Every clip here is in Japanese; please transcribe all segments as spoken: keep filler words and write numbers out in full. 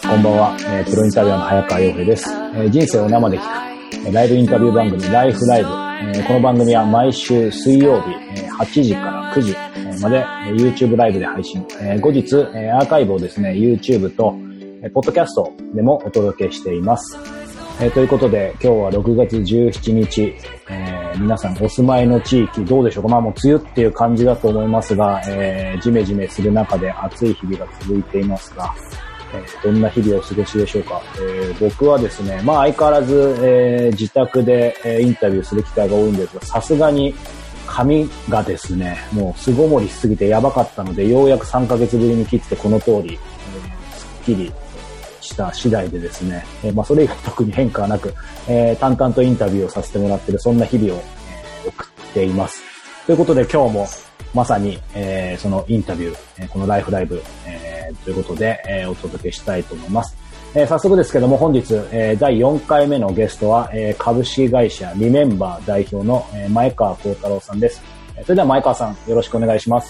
こんばんは、えー、プロインタビュアーの早川洋平です、えー、人生を生で聞くライブインタビュー番組ライフライブ、えー、この番組は毎週水曜日、えー、はちじからくじまで、えー、YouTube ライブで配信、えー、後日、えー、アーカイブをですね YouTube と、えー、ポッドキャストでもお届けしています、えー、ということで今日はろくがつじゅうしちにち、えー、皆さんお住まいの地域どうでしょうか。まあもう梅雨っていう感じだと思いますが、えー、ジメジメする中で暑い日々が続いていますが、えー、どんな日々をお過ごしでしょうか。えー、僕はですね、まあ相変わらず、えー、自宅で、えー、インタビューする機会が多いんですが、さすがに髪がですね、もう巣ごもりしすぎてやばかったので、ようやくさんかげつぶりに切ってこの通り、えー、すっきりした次第でですね、えー、まあそれ以外特に変化はなく、えー、淡々とインタビューをさせてもらっている、そんな日々を、えー、送っています。ということで今日もまさに、えー、そのインタビュー、えー、このライフライブ、えー、ということで、えー、お届けしたいと思います。えー、早速ですけども本日、えー、だいよんかいめのゲストは、えー、株式会社リメンバー代表の、えー、前川幸太郎さんです。それでは前川さんよろしくお願いします。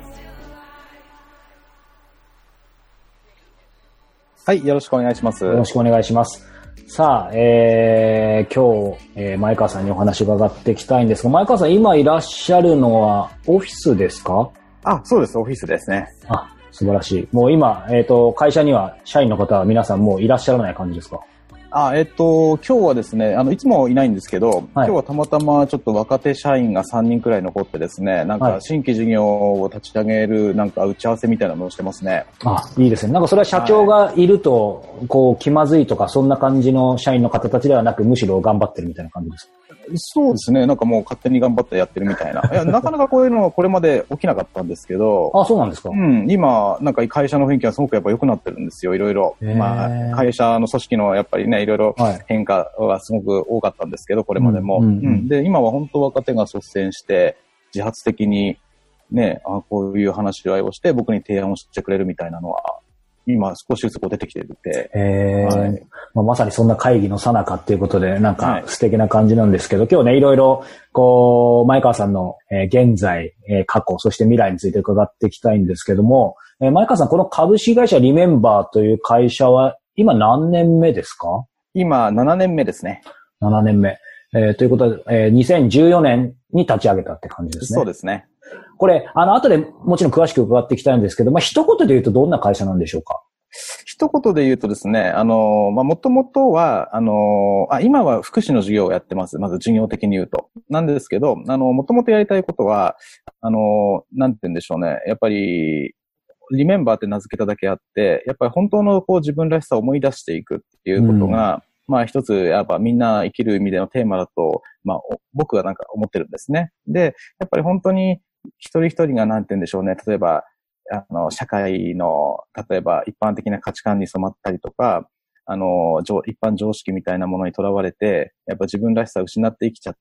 はい、よろしくお願いします。 よろしくお願いします。さあ、えー、今日、えー、前川さんにお話伺っていきたいんですが、前川さん今いらっしゃるのはオフィスですか？ あ、そうです、オフィスですね。 あ、素晴らしい。もう今、えっと、会社には社員の方は皆さんもういらっしゃらない感じですか？ あ、えっと、今日はですね、あの、いつもいないんですけど、はい、今日はたまたまちょっと若手社員がさんにんくらい残ってですね、なんか新規事業を立ち上げるなんか打ち合わせみたいなのをしてますね。 あ、いいですね。なんかそれは社長がいると、こう、気まずいとか、そんな感じの社員の方たちではなく、むしろ頑張ってるみたいな感じですか？ そうですね。なんかもう勝手に頑張ってやってるみたいな。いや、なかなかこういうのはこれまで起きなかったんですけど。 あ、そうなんですか？ うん。今、なんか会社の雰囲気はすごくやっぱ良くなってるんですよ。いろいろ。まあ、会社の組織のやっぱりね、いろいろ変化はすごく多かったんですけど、これまでも。うんうんうん、で、今は本当若手が率先して、自発的にね、あこういう話し合いをして僕に提案をしてくれるみたいなのは、今少しずつこう出てきていて、 えーはいまあ、まさにそんな会議の最中っていうことでなんか素敵な感じなんですけど、はい、今日ねいろいろこう前川さんの、えー、現在、えー、過去そして未来について伺っていきたいんですけども、えー、前川さんこの株式会社リメンバーという会社は今何年目ですか？ 今ななねんめですね。 ななねんめ、えー、ということで、えー、にせんじゅうよねんに立ち上げたって感じですね。 そうですね。 これ、あの、後でもちろん詳しく伺っていきたいんですけど、まあ、一言で言うとどんな会社なんでしょうか？ 一言で言うとですね、あの、まあ、もともとは、あの、あ、今は福祉の事業をやってます。まず事業的に言うと。なんですけど、あの、もともとやりたいことは、あの、なんて言うんでしょうね。やっぱり、リメンバーって名付けただけあって、やっぱり本当のこう自分らしさを思い出していくっていうことが、うん、まあ一つ、やっぱみんな生きる意味でのテーマだと、まあ僕はなんか思ってるんですね。で、やっぱり本当に一人一人がなんて言うんでしょうね。例えば、あの、社会の、例えば一般的な価値観に染まったりとか、あの、一般常識みたいなものにとらわれて、やっぱ自分らしさを失って生きちゃって、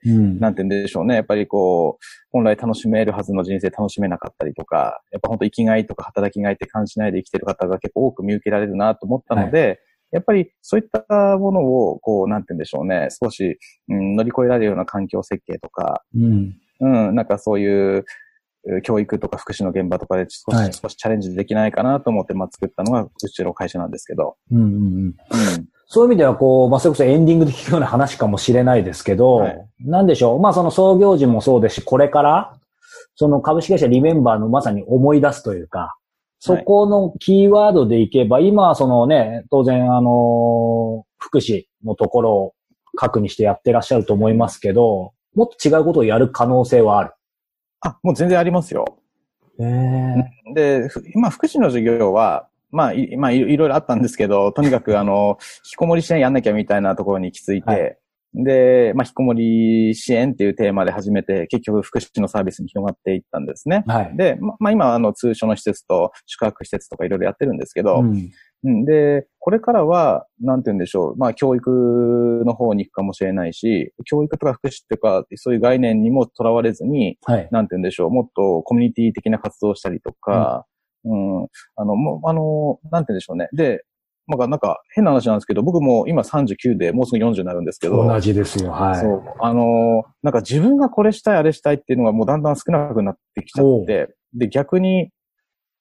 うん、なんて言うんでしょうね。やっぱりこう、本来楽しめるはずの人生楽しめなかったりとか、やっぱ本当生きがいとか働きがいって感じないで生きてる方が結構多く見受けられるなと思ったので、はい、やっぱりそういったものを、こう、なんて言うんでしょうね。少し、うん、乗り越えられるような環境設計とか、うん、うん、なんかそういう、教育とか福祉の現場とかで少し、はい、少しチャレンジできないかなと思って、まあ、作ったのがうちの会社なんですけど。 うんうんうんうん、そういう意味では、こう、まあ、それこそエンディングで聞くような話かもしれないですけど、はい、なんでしょう。まあ、その創業時もそうですし、これから、その株式会社リメンバーのまさに思い出すというか、そこのキーワードでいけば、はい、今はそのね、当然、あの、福祉のところを核にしてやってらっしゃると思いますけど、もっと違うことをやる可能性はある。 あ、もう全然ありますよ。 へー。 で、今、福祉の授業は、まあ、い、まあ、いろいろあったんですけど、とにかく、あの、引きこもり支援やんなきゃみたいなところに行き着いて、はい、で、まあ、引きこもり支援っていうテーマで始めて、結局、福祉のサービスに広がっていったんですね。はい、で、ま、まあ、今、あの、通所の施設と宿泊施設とかいろいろやってるんですけど、うんうん、で、これからは、なんて言うんでしょう。まあ、教育の方に行くかもしれないし、教育とか福祉っていうか、そういう概念にもとらわれずに、はい、なんて言うんでしょう。もっとコミュニティ的な活動をしたりとか、うん、うん、あの、もう、あの、なんて言うんでしょうね。で、なんか、なんか、変な話なんですけど、僕も今さんじゅうきゅうでもうすぐよんじゅうになるんですけど。 同じですよ、はい。 そう。あの、なんか自分がこれしたい、あれしたいっていうのがもうだんだん少なくなってきちゃって、で、逆に、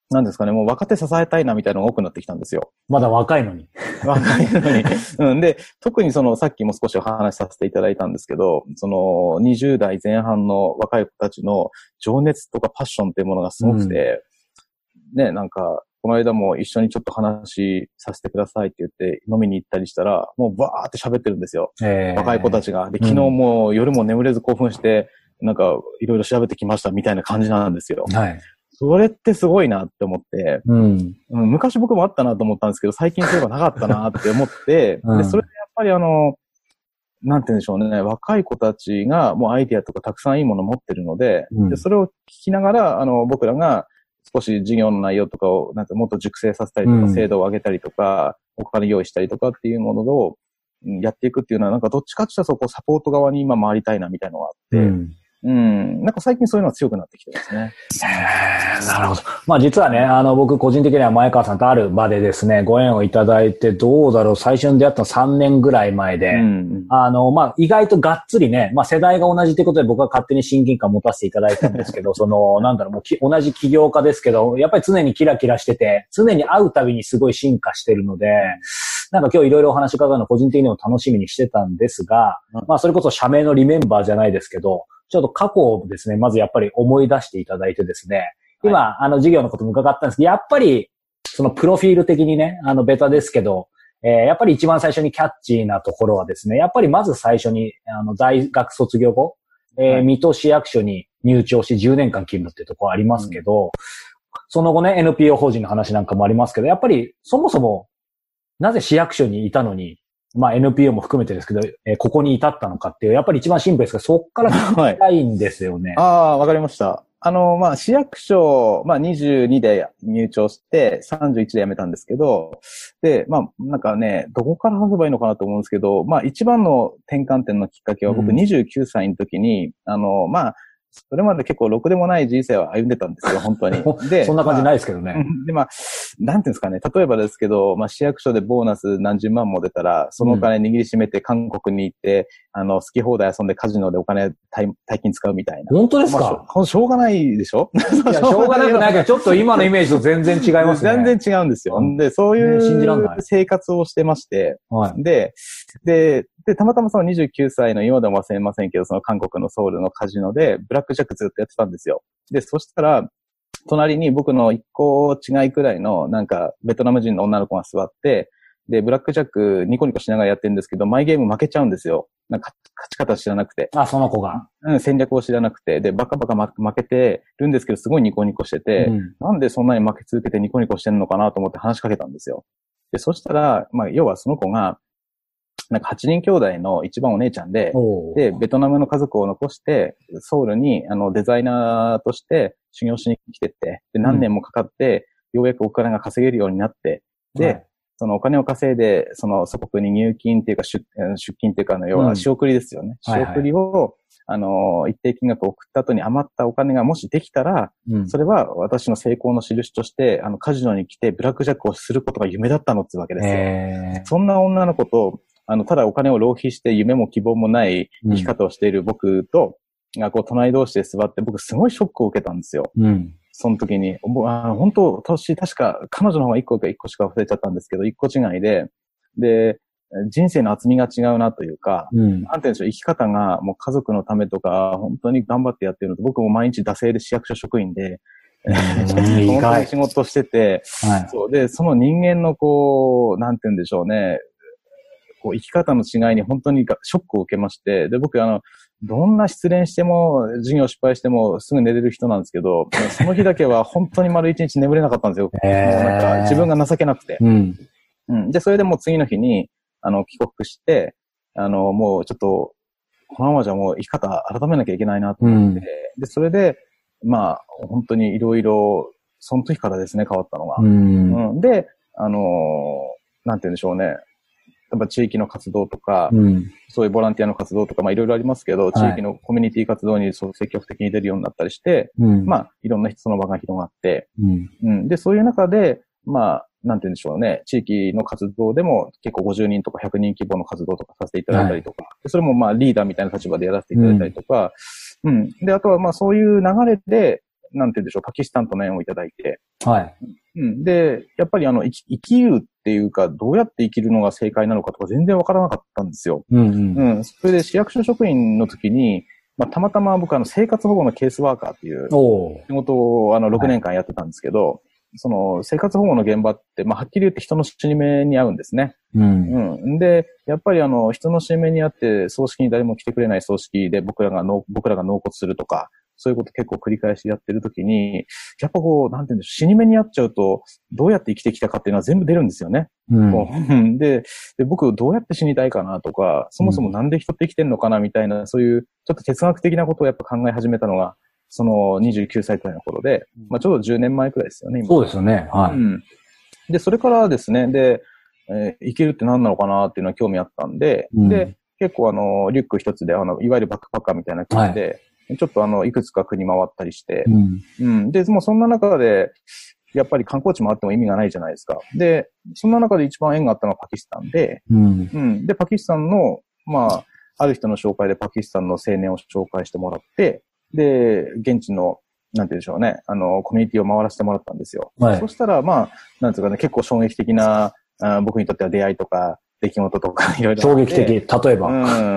なんですかね、もう若手支えたいなみたいなのが多くなってきたんですよ。 まだ若いのに。 若いのに。うん。で、特にその、さっきも少しお話しさせていただいたんですけど、その、にじゅう代前半の若い子たちの情熱とかパッションっていうものがすごくて、うん、ね、なんか、この間も一緒にちょっと話させてくださいって言って飲みに行ったりしたら、もうバーって喋ってるんですよ。若い子たちが。で、昨日も夜も眠れず興奮して、なんか、いろいろ調べてきましたみたいな感じなんですよ。はい。それってすごいなって思って、うん、昔僕もあったなと思ったんですけど、最近そういえばなかったなって思って、うん、で、それでやっぱりあの、なんて言うんでしょうね、若い子たちがもうアイディアとかたくさんいいものを持ってるので、うん、でそれを聞きながら、あの、僕らが少し授業の内容とかを、なんかもっと熟成させたりとか、うん、精度を上げたりとか、お金用意したりとかっていうものをやっていくっていうのは、なんかどっちかっていうとそこサポート側に今回りたいなみたいなのがあって、うんうん。なんか最近そういうのは強くなってきてますね。 へー、なるほど。まあ実はね、あの僕個人的には前川さんとある場でですね、ご縁をいただいて、どうだろう、最初に出会ったのさんねんぐらい前で、うん、あの、まあ意外とがっつりね、まあ世代が同じってことで僕は勝手に親近感持たせていただいたんですけど、その、なんだろう、もうき同じ起業家ですけど、やっぱり常にキラキラしてて、常に会うたびにすごい進化してるので、なんか今日いろいろお話伺うの個人的にも楽しみにしてたんですが、うん、まあそれこそ社名のリメンバーじゃないですけど、ちょっと過去をですね、まずやっぱり思い出していただいてですね、今、はい、あの事業のことも伺ったんですけど、やっぱり、そのプロフィール的にね、あのベタですけど、えー、やっぱり一番最初にキャッチーなところはですね、やっぱりまず最初に、あの大学卒業後、えーはい、水戸市役所に入庁しじゅうねんかん勤務っていうところありますけど、うん、その後ね、エヌピーオー 法人の話なんかもありますけど、やっぱりそもそも、なぜ市役所にいたのに、まあ エヌピーオー も含めてですけど、えー、ここに至ったのかっていう、やっぱり一番シンプルですが、そっから聞きたいんですよね。 はい、ああ、わかりました。あの、まあ、市役所、まあ、にじゅうにで入庁して、さんじゅういちで辞めたんですけど、で、まあ、なんかね、どこから話せばいいのかなと思うんですけど、まあ、一番の転換点のきっかけは、僕にじゅうきゅうさいの時に、うん、あの、まあ、それまで結構ろくでもない人生を歩んでたんですよ、本当に。 で、そんな感じないですけどね。 まあ、で、まあ、なんていうんですかね、例えばですけど、まあ、市役所でボーナス何十万も出たら、そのお金握りしめて韓国に行って、うん、あの、好き放題遊んでカジノでお金大金使うみたいな。 本当ですか？ まあ、しょうがないでしょ？ いや、しょうがなくないけど、ちょっと今のイメージと全然違いますね。 全然違うんですよ。うん、で、そういう生活をしてまして、はい、で、で、で、たまたまそのにじゅうきゅうさいの今でも忘れませんけど、その韓国のソウルのカジノでブラックジャックずっとやってたんですよ。で、そしたら、隣に僕の一個違いくらいのなんかベトナム人の女の子が座って、で、ブラックジャックニコニコしながらやってるんですけど、マイゲーム負けちゃうんですよ。なんか勝ち方知らなくて。 あ、その子が。 うん、戦略を知らなくて。で、バカバカ負けてるんですけど、すごいニコニコしてて、うん、なんでそんなに負け続けてニコニコしてんのかなと思って話しかけたんですよ。で、そしたら、まあ、要はその子が、なんかはちにん兄弟の一番お姉ちゃんで、で、ベトナムの家族を残して、ソウルにあのデザイナーとして修行しに来てって、で、何年もかかって、ようやくお金が稼げるようになって、で、はい、そのお金を稼いで、その祖国に入金っていうか出、出金っていうか、あの、要は仕送りですよね。うん、仕送りを、はいはい、あの、一定金額送った後に余ったお金がもしできたら、うん、それは私の成功の印として、あの、カジノに来てブラックジャックをすることが夢だったのってわけですよ。そんな女の子と、あの、ただお金を浪費して夢も希望もない生き方をしている僕と、うん、がこう隣同士で座って僕すごいショックを受けたんですよ。うん、その時に、あ本当、年確か彼女の方が一個か一個しか忘れちゃったんですけど、一個違いで、で、人生の厚みが違うなというか、うん、なんて言うんでしょう、生き方がもう家族のためとか、本当に頑張ってやってるのと、僕も毎日惰性で市役所職員で、本当に仕事してて、はい、そうで、その人間のこう、なんて言うんでしょうね、こう生き方の違いに本当にショックを受けまして、で、僕あの、どんな失恋しても、授業失敗してもすぐ寝れる人なんですけど、その日だけは本当に丸一日眠れなかったんですよ。もうなんか自分が情けなくて。うんうん、で、それでもう次の日に、あの、帰国して、あの、もうちょっと、このままじゃもう生き方改めなきゃいけないなと思って、うん、で、それで、まあ、本当にいろいろ、その時からですね、変わったのが。うんうん、で、あの、なんて言うんでしょうね。やっぱ地域の活動とか、うん、そういうボランティアの活動とか、まあいろいろありますけど、地域のコミュニティ活動にそう積極的に出るようになったりして、うん、まあいろんな人の場が広がって、うんうん、で、そういう中で、まあ、なんて言うんでしょうね、地域の活動でも結構ごじゅうにんとかひゃくにん規模の活動とかさせていただいたりとか、はい、それもまあリーダーみたいな立場でやらせていただいたりとか、うん、うん。で、あとはまあそういう流れで、 なんて言うんでしょう、パキスタンとの縁をいただいて。 はい。 うん。で、やっぱりあの、生き、生きるっていうか、どうやって生きるのが正解なのかとか全然わからなかったんですよ。 うんうん。 うん。それで市役所職員の時に、まあ、たまたま僕あの、生活保護のケースワーカーっていう仕事をあの、ろくねんかんやってたんですけど、はい、その、生活保護の現場って、まあ、はっきり言って人の死に目に遭うんですね。うん。うん。で、やっぱりあの、人の死に目に遭って、葬式に誰も来てくれない葬式で僕らがの、僕らが納骨するとか、そういうこと結構繰り返しやってるときに、やっぱこう、なんていうんでしょう、死に目に遭っちゃうと、どうやって生きてきたかっていうのは全部出るんですよね。うん、でで、僕どうやって死にたいかなとか、そもそもなんで人って生きてんのかなみたいな、そういうちょっと哲学的なことをやっぱ考え始めたのが、そのにじゅうきゅうさいくらいの頃で、まあちょうどじゅうねんまえくらいですよね、今。 そうですよね。はい。うん、 で、それからですね、で、えー、生きるって何なのかなっていうのは興味あったんで、うん、で、結構あの、リュック一つで、あの、いわゆるバックパッカーみたいな感じで、はいちょっとあの、いくつか国回ったりして、うん。うん。で、もうそんな中で、やっぱり観光地もあっても意味がないじゃないですか。で、そんな中で一番縁があったのはパキスタンで、うん。うん。で、パキスタンの、まあ、ある人の紹介でパキスタンの青年を紹介してもらって、で、現地の、なんて言うんでしょうね、あの、コミュニティを回らせてもらったんですよ。はい。そしたら、まあ、なんていうかね、結構衝撃的な、あ僕にとっては出会いとか、出来事とかいろいろ。 衝撃的。例えば。 うん。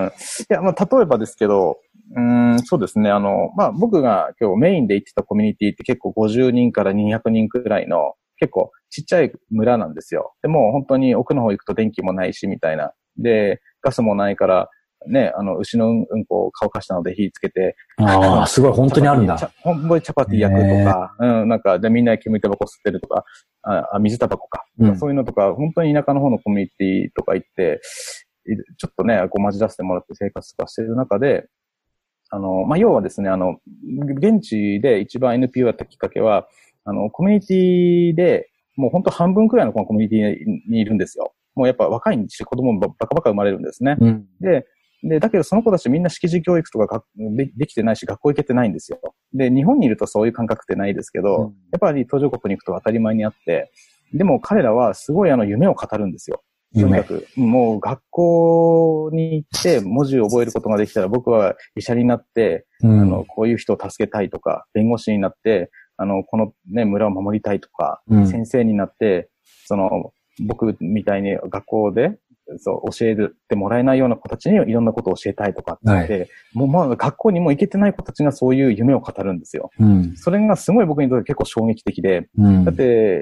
いや、まあ、例えばですけど、うん、そうですね。あの、まあ、僕が今日メインで行ってたコミュニティって結構ごじゅうにんからにひゃくにんくらいの結構ちっちゃい村なんですよ。でも本当に奥の方行くと電気もないしみたいな。で、ガスもないからね、あの、牛のうんこを乾かしたので火つけて。 ああ、すごい、本当にあるんだ。 本当にチャパティ焼くとか、うん、なんか、でみんな煙タバコ吸ってるとか、あ、水タバコか、うん。そういうのとか、本当に田舎の方のコミュニティとか行って、ちょっとね、こう混じらせてもらって生活とかしてる中で、あの、まあ、要はですね、あの、現地で一番 エヌピーオー やったきっかけは、あの、コミュニティで、もう本当半分くらいのこのコミュニティにいるんですよ。もうやっぱ若いし子供もバカバカ生まれるんですね。うん、で、で、だけどその子たちみんな識字教育とかでできてないし学校行けてないんですよ。で、日本にいるとそういう感覚ってないですけど、うん、やっぱり途上国に行くと当たり前にあって、でも彼らはすごいあの夢を語るんですよ。とにかく、もう学校に行って文字を覚えることができたら僕は医者になって、うん、あの、こういう人を助けたいとか、弁護士になって、あの、このね、村を守りたいとか、うん、先生になって、その、僕みたいに学校で、そう、教えてもらえないような子たちにいろんなことを教えたいとかって言って、はい、もうまあ学校にも行けてない子たちがそういう夢を語るんですよ。うん、それがすごい僕にとって結構衝撃的で、うん、だって、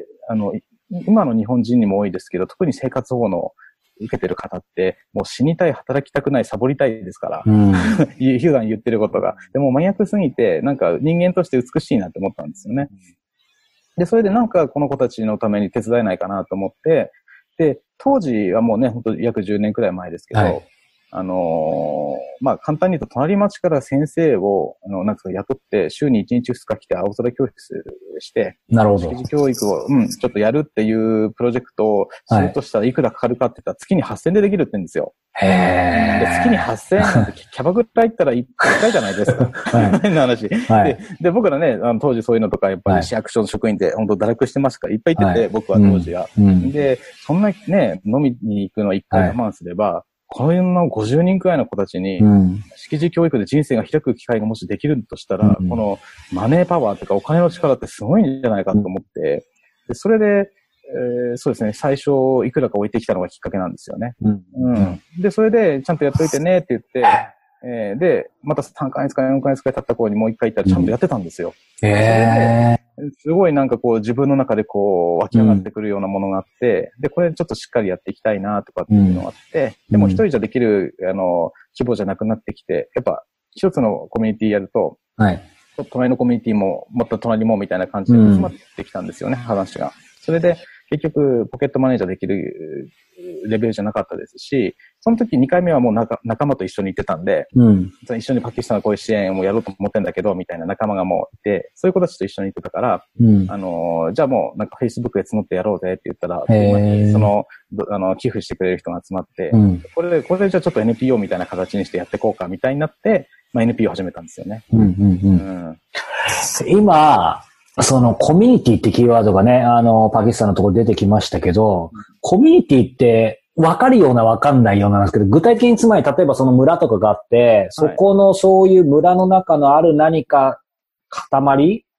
あの、今の日本人にも多いですけど、特に生活保護の受けてる方って、もう死にたい、働きたくない、サボりたいですから、うん、普段言ってることが。でもマニアックすぎて、なんか人間として美しいなって思ったんですよね。で、それでなんかこの子たちのために手伝えないかなと思って、で、当時はもうね、本当約じゅうねんくらい前ですけど、はい、あのー、まあ、簡単に言うと、隣町から先生を、あの、なんか雇って、週にいちにちふつか来て青空教室して、 なるほど。 識字教育を、うん、ちょっとやるっていうプロジェクトをするとしたらいくらかかるかって言ったら月にはっせんでできるって言うんですよ。 へー。月にはっせんなんてキャバクラ行ったらいっかいじゃないですか。はい。変な話、はいで。で、僕らね、あの当時そういうのとか、やっぱり市役所の職員で本当堕落してますから、いっぱい行ってて、はい、僕は当時は、うんうん。で、そんなね、飲みに行くのいっかい我慢すれば、はいこのごじゅうにんくらいの子たちに、識字教育で人生が開く機会がもしできるとしたら、うん、このマネーパワーとかお金の力ってすごいんじゃないかと思って、でそれで、えー、そうですね、最初いくらか置いてきたのがきっかけなんですよね。うんうん、で、それでちゃんとやっといてねって言って、えー、で、またさんかげつかよんかげつくらい経った頃にもう一回行ったらちゃんとやってたんですよ。うん、へー。すごいなんかこう自分の中でこう湧き上がってくるようなものがあって、うん、で、これちょっとしっかりやっていきたいなとかっていうのがあって、うん、でも一人じゃできる、あの、規模じゃなくなってきて、やっぱ一つのコミュニティやると、はい、隣のコミュニティも、また隣もみたいな感じで集まってきたんですよね、うん、話が。それで、結局、ポケットマネージャーできるレベルじゃなかったですし、その時にかいめはもう仲仲間と一緒に行ってたんで、うん、一緒にパキスタンのこういう支援をやろうと思ってんだけど、みたいな仲間がもういて、そういう子たちと一緒に行ってたから、うん、あの、じゃあもうなんか Facebook で募ってやろうぜって言ったら、その、あの、寄付してくれる人が集まって、うん、これで、これでじゃあちょっと エヌピーオー みたいな形にしてやっていこうかみたいになって、まあ エヌピーオー 始めたんですよね。うんうんうんうん、今、そのコミュニティってキーワードがね、あの、パキスタンのところ出てきましたけど、コミュニティって分かるような分かんないようなんですけど、具体的につまり例えばその村とかがあって、そこのそういう村の中のある何か塊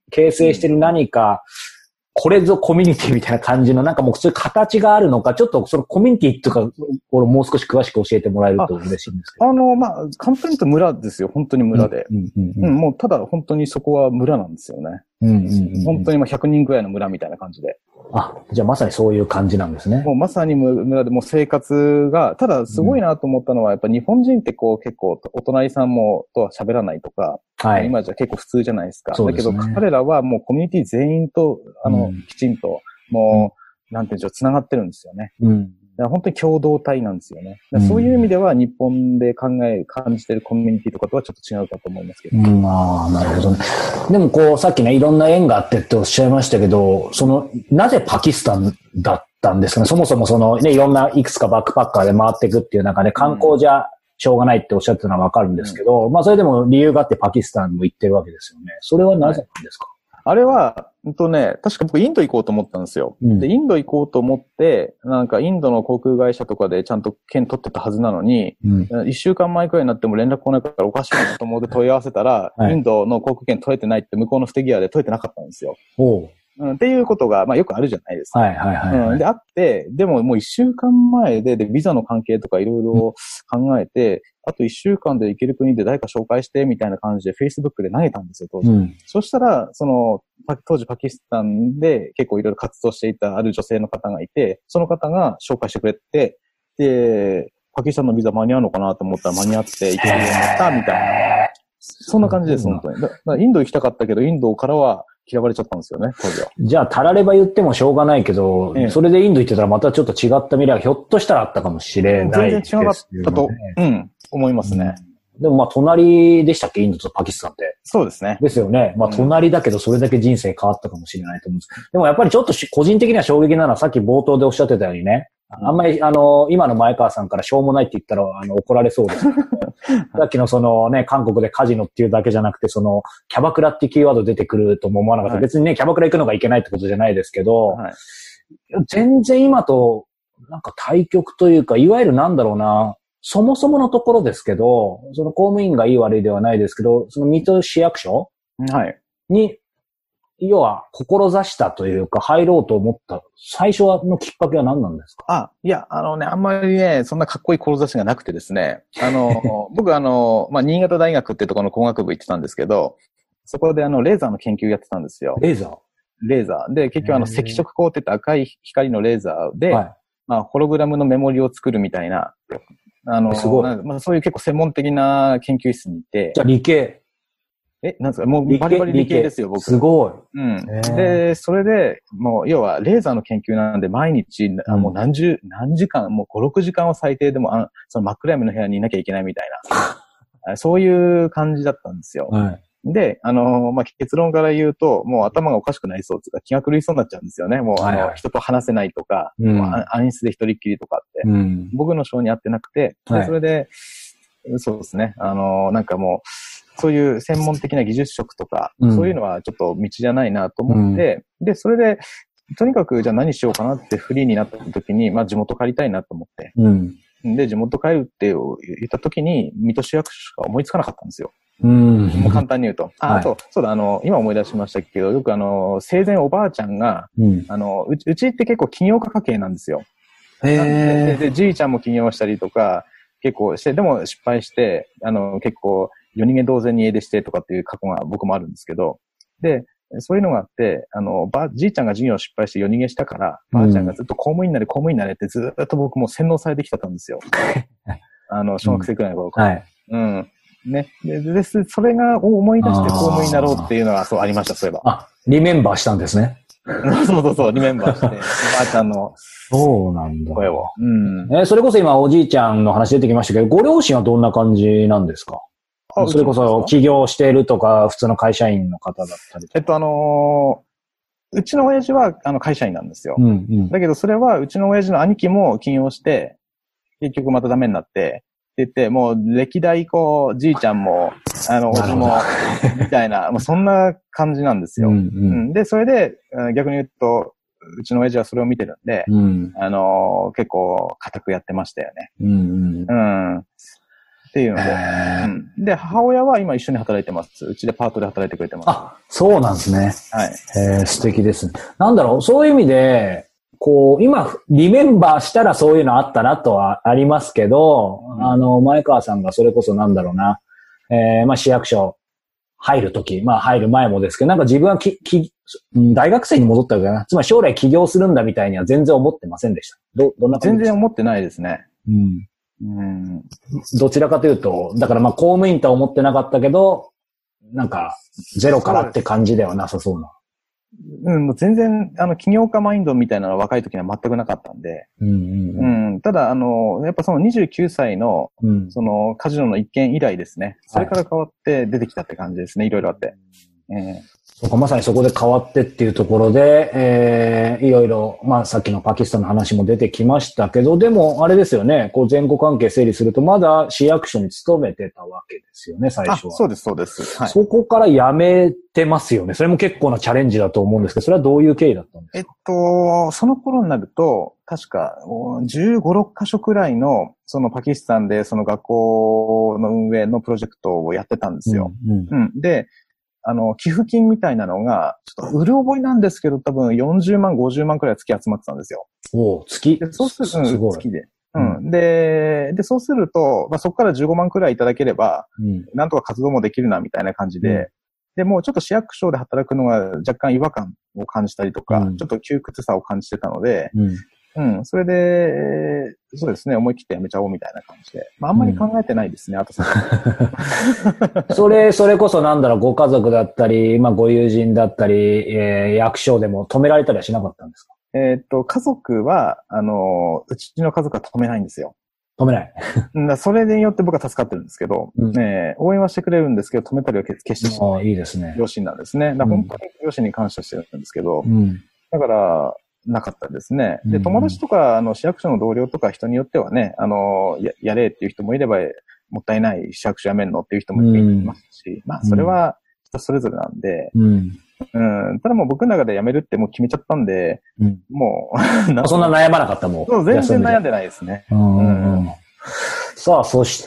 形成してる何か、これぞコミュニティみたいな感じの、なんかもうそういう形があるのか、ちょっとそのコミュニティとか、これもう少し詳しく教えてもらえると嬉しいんですけど。 あの、まあ、簡単に言うと村ですよ。本当に村で。うん、うんうん、もうただ本当にそこは村なんですよね。うんうんうんうん、本当にまあひゃくにんくらいの村みたいな感じで。 あ、じゃあまさにそういう感じなんですね。 もうまさに村でもう生活が、ただすごいなと思ったのは、やっぱ日本人ってこう結構お隣さんもとは喋らないとか、はい、今じゃ結構普通じゃないですか。そうですね。だけど彼らはもうコミュニティ全員と、あの、うん、きちんと、もう、うん、なんていうんでしょう、繋がってるんですよね。うん。だから本当に共同体なんですよね。そういう意味では日本で考え、感じてるコミュニティとかとはちょっと違うかと思いますけど。 うん、ああ、なるほどね。でもこう、さっきね、いろんな縁があってっておっしゃいましたけど、その、なぜパキスタンだったんですかね。そもそもそのね、いろんないくつかバックパッカーで回っていくっていう中で観光じゃしょうがないっておっしゃってたのはわかるんですけど、うん、まあそれでも理由があってパキスタンも行ってるわけですよね。それはなぜなんですか？はい、 あれは、うんとね、確か僕インド行こうと思ったんですよ。うん、で、インド行こうと思って、なんかインドの航空会社とかでちゃんと券取ってたはずなのに、うん、いっしゅうかんまえくらいになっても連絡来ないからおかしいなと思って問い合わせたら、はい、インドの航空券取れてないって向こうの不手際で取れてなかったんですよ。おううん、っていうことが、まあよくあるじゃないですか。はいはいはい、はいうん。で、あって、でももう一週間前で、で、ビザの関係とかいろいろ考えて、うん、あと一週間で行ける国で誰か紹介して、みたいな感じで Facebook で投げたんですよ、当時。うん、そしたら、その、当時パキスタンで結構いろいろ活動していたある女性の方がいて、その方が紹介してくれて、で、パキスタンのビザ間に合うのかなと思ったら間に合って行けるようになった、みたいな。そんな感じです、本当に。だからインド行きたかったけど、インドからは、嫌われちゃったんですよね、当時は。 じゃあ、たられば言ってもしょうがないけど、ええ、それでインド行ってたらまたちょっと違った未来がひょっとしたらあったかもしれないですよね。 全然違かったと、うん、思いますね。 うん、でもまあ、隣でしたっけ、インドとパキスタンって。 そうですね。 ですよね。まあ、隣だけど、それだけ人生変わったかもしれないと思うんです。でもやっぱりちょっと個人的には衝撃なのは、さっき冒頭でおっしゃってたようにね、あんまり、あの、今の前川さんからしょうもないって言ったら、あの、怒られそうです。さっきのそのね、韓国でカジノっていうだけじゃなくて、その、キャバクラっていうキーワード出てくるとも思わなかった。はい、別にね、キャバクラ行くのがいけないってことじゃないですけど、はい、全然今と、なんか対極というか、いわゆるなんだろうな、そもそものところですけど、その公務員がいい悪いではないですけど、その水戸市役所に、要は、志したというか、入ろうと思った、最初のきっかけは何なんですか？ あ、いや、あのね、あんまりね、そんなかっこいい志がなくてですね、あの、僕あの、まあ、新潟大学ってところの工学部行ってたんですけど、そこであの、レーザーの研究やってたんですよ。 レーザーレーザー。で、結局あの、赤色光って言って赤い光のレーザーで、はい、まあ、ホログラムのメモリを作るみたいな、あの、すごい。まあ、そういう結構専門的な研究室にいて。 じゃあ理系。 え、なんですか？もうバリバリ理系ですよ、僕。 すごい。 うん。で、それで、もう、要は、レーザーの研究なんで、毎日、うん、もう何十、何時間、もうご、ろくじかんは最低でも、あその真っ暗闇の部屋にいなきゃいけないみたいな。そういう感じだったんですよ。はい、で、あの、まあ、結論から言うと、もう頭がおかしくなりそうっていうか、気が狂いそうになっちゃうんですよね。もう、はいはい、あの、人と話せないとか、うん、暗室で一人っきりとかって、うん、僕の性に合ってなくて、でそれで、はい、そうですね、あの、なんかもう、そういう専門的な技術職とか、うん、そういうのはちょっと道じゃないなと思って、うん、で、それで、とにかくじゃあ何しようかなってフリーになった時に、まあ地元帰りたいなと思って、うん、で、地元帰るって言った時に、水戸市役所しか思いつかなかったんですよ。うん、もう簡単に言うと。あ、はい、あと、そうだ、あの、今思い出しましたけど、よくあの、生前おばあちゃんが、うん、あのうち、うちって結構起業家家系なんですよ。へー。で、で、じいちゃんも起業したりとか、結構して、でも失敗して、あの、結構、夜逃げ同然に家出してとかっていう過去が僕もあるんですけど、で、そういうのがあって、あの、ば、じいちゃんが事業を失敗して夜逃げしたから、ばあちゃんがずっと公務員になれ、公務員になれってずっと僕も洗脳されてきてたんですよ。あの、小学生くらいの頃から。うん、はい。うん。ね。で、で、それが思い出して公務員になろうっていうのが、そうありました、そういえば。 あ、リメンバーしたんですね。 そうそうそう、リメンバーして、おばあちゃんの。 そうなんだ。 声を。うん。 えー、それこそ今おじいちゃんの話出てきましたけど、ご両親はどんな感じなんですか？それこそ起業しているとか、普通の会社員の方だったりとか。 えっと、あのー、うちの親父はあの会社員なんですよ。うんうん、だけどそれはうちの親父の兄貴も起業して、結局またダメになって、って言って、もう歴代こう、じいちゃんも、あの、おじも、みたいな、もうそんな感じなんですよ。うんうんうん、で、それで、逆に言うと、うちの親父はそれを見てるんで、うん、あのー、結構固くやってましたよね。うんうんうんっていうので、うん。で、母親は今一緒に働いてます。うちでパートで働いてくれてます。 あ、そうなんですね。 はい。 えー、素敵ですね。なんだろう、そういう意味で、こう、今、リメンバーしたらそういうのあったなとはありますけど、うん、あの、前川さんがそれこそなんだろうな、えー、まあ市役所入るとき、まあ入る前もですけど、なんか自分はき、き、大学生に戻ったわけだな。つまり将来起業するんだみたいには全然思ってませんでした。ど、どんな感じですか？ 全然思ってないですね。 うん。うん、どちらかというと、だからまあ公務員とは思ってなかったけど、なんかゼロからって感じではなさそうな。 うん、全然、あの、起業家マインドみたいなのは若い時には全くなかったんで。うんうんうんうん、ただ、あの、やっぱそのにじゅうきゅうさいの、うん、そのカジノの一件以来ですね。それから変わって出てきたって感じですね。はい、いろいろあって。えーそうか、まさにそこで変わってっていうところで、えー、いろいろ、まあさっきのパキスタンの話も出てきましたけど、でもあれですよね、こう前後関係整理すると、まだ市役所に勤めてたわけですよね、最初は。 あ、そうです、そうです。はい。 そこから辞めてますよね。それも結構なチャレンジだと思うんですけど、それはどういう経緯だったんですか？ えっと、その頃になると、確かじゅうご、ろっかしょくらいの、そのパキスタンでその学校の運営のプロジェクトをやってたんですよ。うん、うんうん、で、あの、寄付金みたいなのが、ちょっとうる覚えなんですけど、多分よんじゅうまん、ごじゅうまんくらい月集まってたんですよ。 お月でそうすると、うん、月で。うん。で、で、そうすると、まあ、そこからじゅうごまんくらいいただければ、うん、なんとか活動もできるな、みたいな感じで、うん、で、もうちょっと市役所で働くのが若干違和感を感じたりとか、うん、ちょっと窮屈さを感じてたので、うんうん。それで、そうですね、思い切ってやめちゃおうみたいな感じで。まあ、あんまり考えてないですね、うん、あとさ。 それ、それこそなんだろう、ご家族だったり、まあ、ご友人だったり、えー、役所でも止められたりはしなかったんですか？ えっと、家族は、あの、うちの家族は止めないんですよ。 止めない。 だそれによって僕は助かってるんですけど、うん、えー、応援はしてくれるんですけど、止めたりは決してしない。 いいですね。 両親なんですね。だから本当に両親に感謝してるんですけど、うん、だから、なかったですね。で、友達とか、あの、市役所の同僚とか人によってはね、あの、や、やれっていう人もいれば、もったいない市役所辞めるのっていう人もいますし、うん、まあ、それは人それぞれなんで、うん。うん、ただもう僕の中で辞めるってもう決めちゃったんで、うん、もう。そんな悩まなかったもん。 そう、全然悩んでないですね。うんうんうん、 さあ、そして、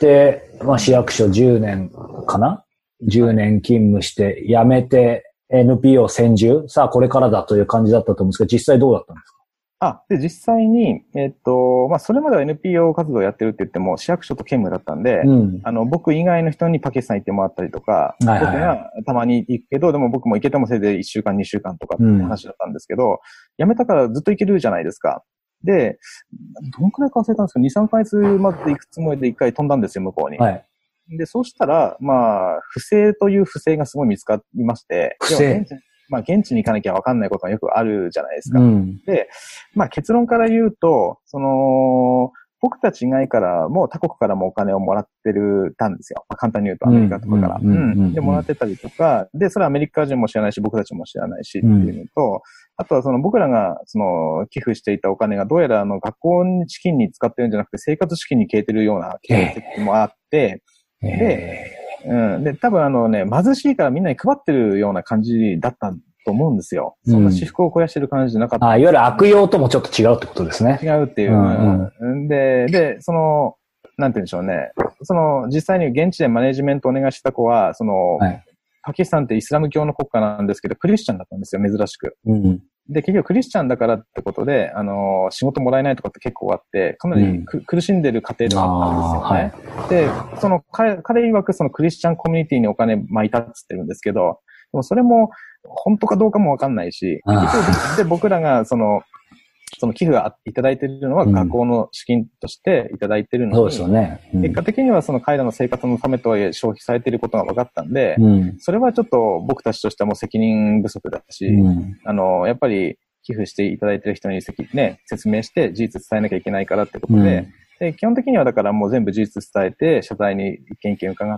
まあ、市役所じゅうねんかな ?じゅう 年勤務して辞めて、エヌピーオー 専従さあこれからだという感じだったと思うんですけど、実際どうだったんですか？ あ、で、実際に、えっと、まあ、それまでは エヌピーオー 活動をやってるって言っても、市役所と兼務だったんで、うん、あの、僕以外の人にパキスタン行ってもらったりとか、はいはいはい、僕がたまに行くけど、でも僕も行けてもせいでいっしゅうかん、にしゅうかんとかって話だったんですけど、うん、辞めたからずっと行けるじゃないですか。で、どんくらいか忘れたんですか？に、さんかげつまで行くつもりで一回飛んだんですよ、向こうに。はい。で、そうしたら、まあ、不正という不正がすごい見つかりまして、 不正まあ、現地に行かなきゃ分かんないことがよくあるじゃないですか。うん、で、まあ、結論から言うと、その、僕たち以外からも他国からもお金をもらってるたんですよ。まあ、簡単に言うとアメリカとかから。うん。で、もらってたりとか、で、それはアメリカ人も知らないし、僕たちも知らないしっていうのと、うん、あとはその僕らがその寄付していたお金がどうやらあの学校資金に使ってるんじゃなくて生活資金に消えてるような形跡もあって、えー、で、うん。で、多分あのね、貧しいからみんなに配ってるような感じだったと思うんですよ。そんな私腹を肥やしてる感じじゃなかった、 うん。あ、いわゆる悪用ともちょっと違うってことですね。 違うっていう。うんうん、で、で、その、なんて言うんでしょうね。その、実際に現地でマネジメントをお願いした子は、その、はい、パキスタンってイスラム教の国家なんですけど、クリスチャンだったんですよ、珍しく。うん、で、結局クリスチャンだからってことで、あの、仕事もらえないとかって結構あって、かなりく、うん、苦しんでる家庭ではあったんですよね。はい、で、その彼、彼曰くそのクリスチャンコミュニティにお金巻いたって言ってるんですけど、でもそれも本当かどうかもわかんないし、で、僕らがその、その寄付がいただいているのは学校の資金としていただいているのに、うん、そうですよね。うん、結果的にはその彼らの生活のためとはいえ消費されていることが分かったんで、うん、それはちょっと僕たちとしてはもう責任不足だし、うん、あの、やっぱり寄付していただいている人にね、説明して事実伝えなきゃいけないからってことで、うん、で、基本的にはだからもう全部事実伝えて、謝罪に一件一件伺って、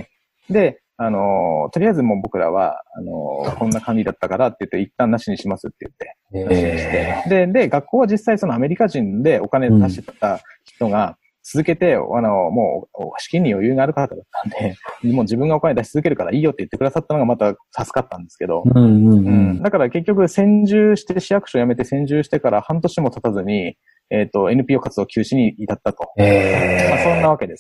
で、あの、とりあえずもう僕らは、あの、こんな感じだったからって言って、一旦なしにしますって言って、なしにして、で、で、学校は実際そのアメリカ人でお金出してた人が、続けて、あの、もう、資金に余裕がある方だったんで、もう自分がお金出し続けるからいいよって言ってくださったのがまた助かったんですけど、うんうんうんうん、だから結局、専従して市役所辞めて専従してから半年も経たずに、えっと、エヌピーオー 活動休止に至ったと。えーまあ、そんなわけですね。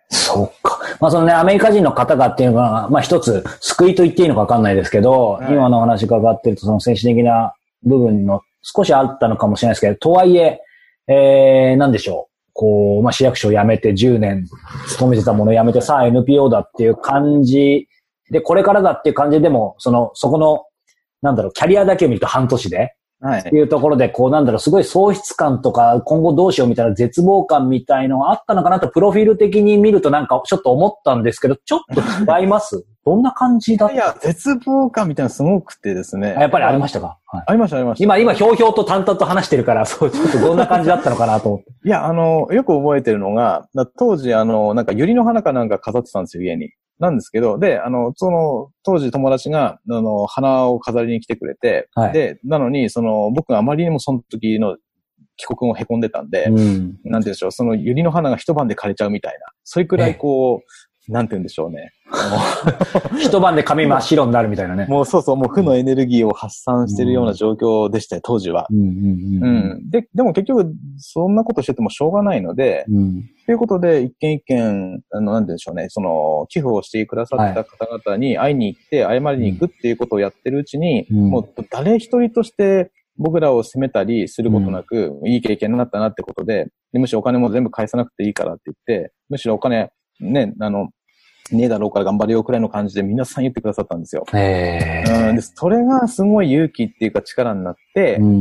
そうか。まあそのね、アメリカ人の方がっていうのが、まあ一つ、救いと言っていいのかわかんないですけど、はい、今のお話伺ってると、その精神的な部分の少しあったのかもしれないですけど、とはいえ、えー、なんでしょう。こう、まあ市役所を辞めてじゅうねん勤めてたものを辞めて、さあ エヌピーオー だっていう感じで、これからだっていう感じでも、その、そこの、なんだろう、キャリアだけを見ると半年で、はい。っていうところで、こうなんだろう、すごい喪失感とか、今後どうしようみたいな絶望感みたいのがあったのかなと、プロフィール的に見るとなんかちょっと思ったんですけど、ちょっと違いますどんな感じだった？ いや、絶望感みたいなのすごくてですね。 やっぱりありましたか？ はい、ありました、ありました。 今、今、ひょうひょうと淡々と話してるから、そう、ちょっとどんな感じだったのかなと思って。 いや、あの、よく覚えてるのが、当時、あの、なんか、百合の花かなんか飾ってたんですよ、家に。なんですけど、で、あの、その、当時友達が、あの、花を飾りに来てくれて、はい、で、なのに、その、僕があまりにもその時の帰国を凹んでたんで、うん、なんて言うんでしょう、その百合の花が一晩で枯れちゃうみたいな、それくらいこう、なんて言うんでしょうね。 一晩で髪真っ白になるみたいなね。 もうそうそう、もう負のエネルギーを発散してるような状況でしたよ、当時は。うんうんうんうん、で、でも結局、そんなことしててもしょうがないので、うん、ということで、一件一件、あの、なんて言うんでしょうね、その、寄付をしてくださった方々に会いに行って、謝りに行くっていうことをやってるうちに、うん、もう誰一人として僕らを責めたりすることなく、うん、いい経験になったなってことで、で、むしろお金も全部返さなくていいからって言って、むしろお金、ね、あの、ねえだろうから頑張れよくらいの感じで皆さん言ってくださったんですよ。へー。うん、で、それがすごい勇気っていうか力になって、うん、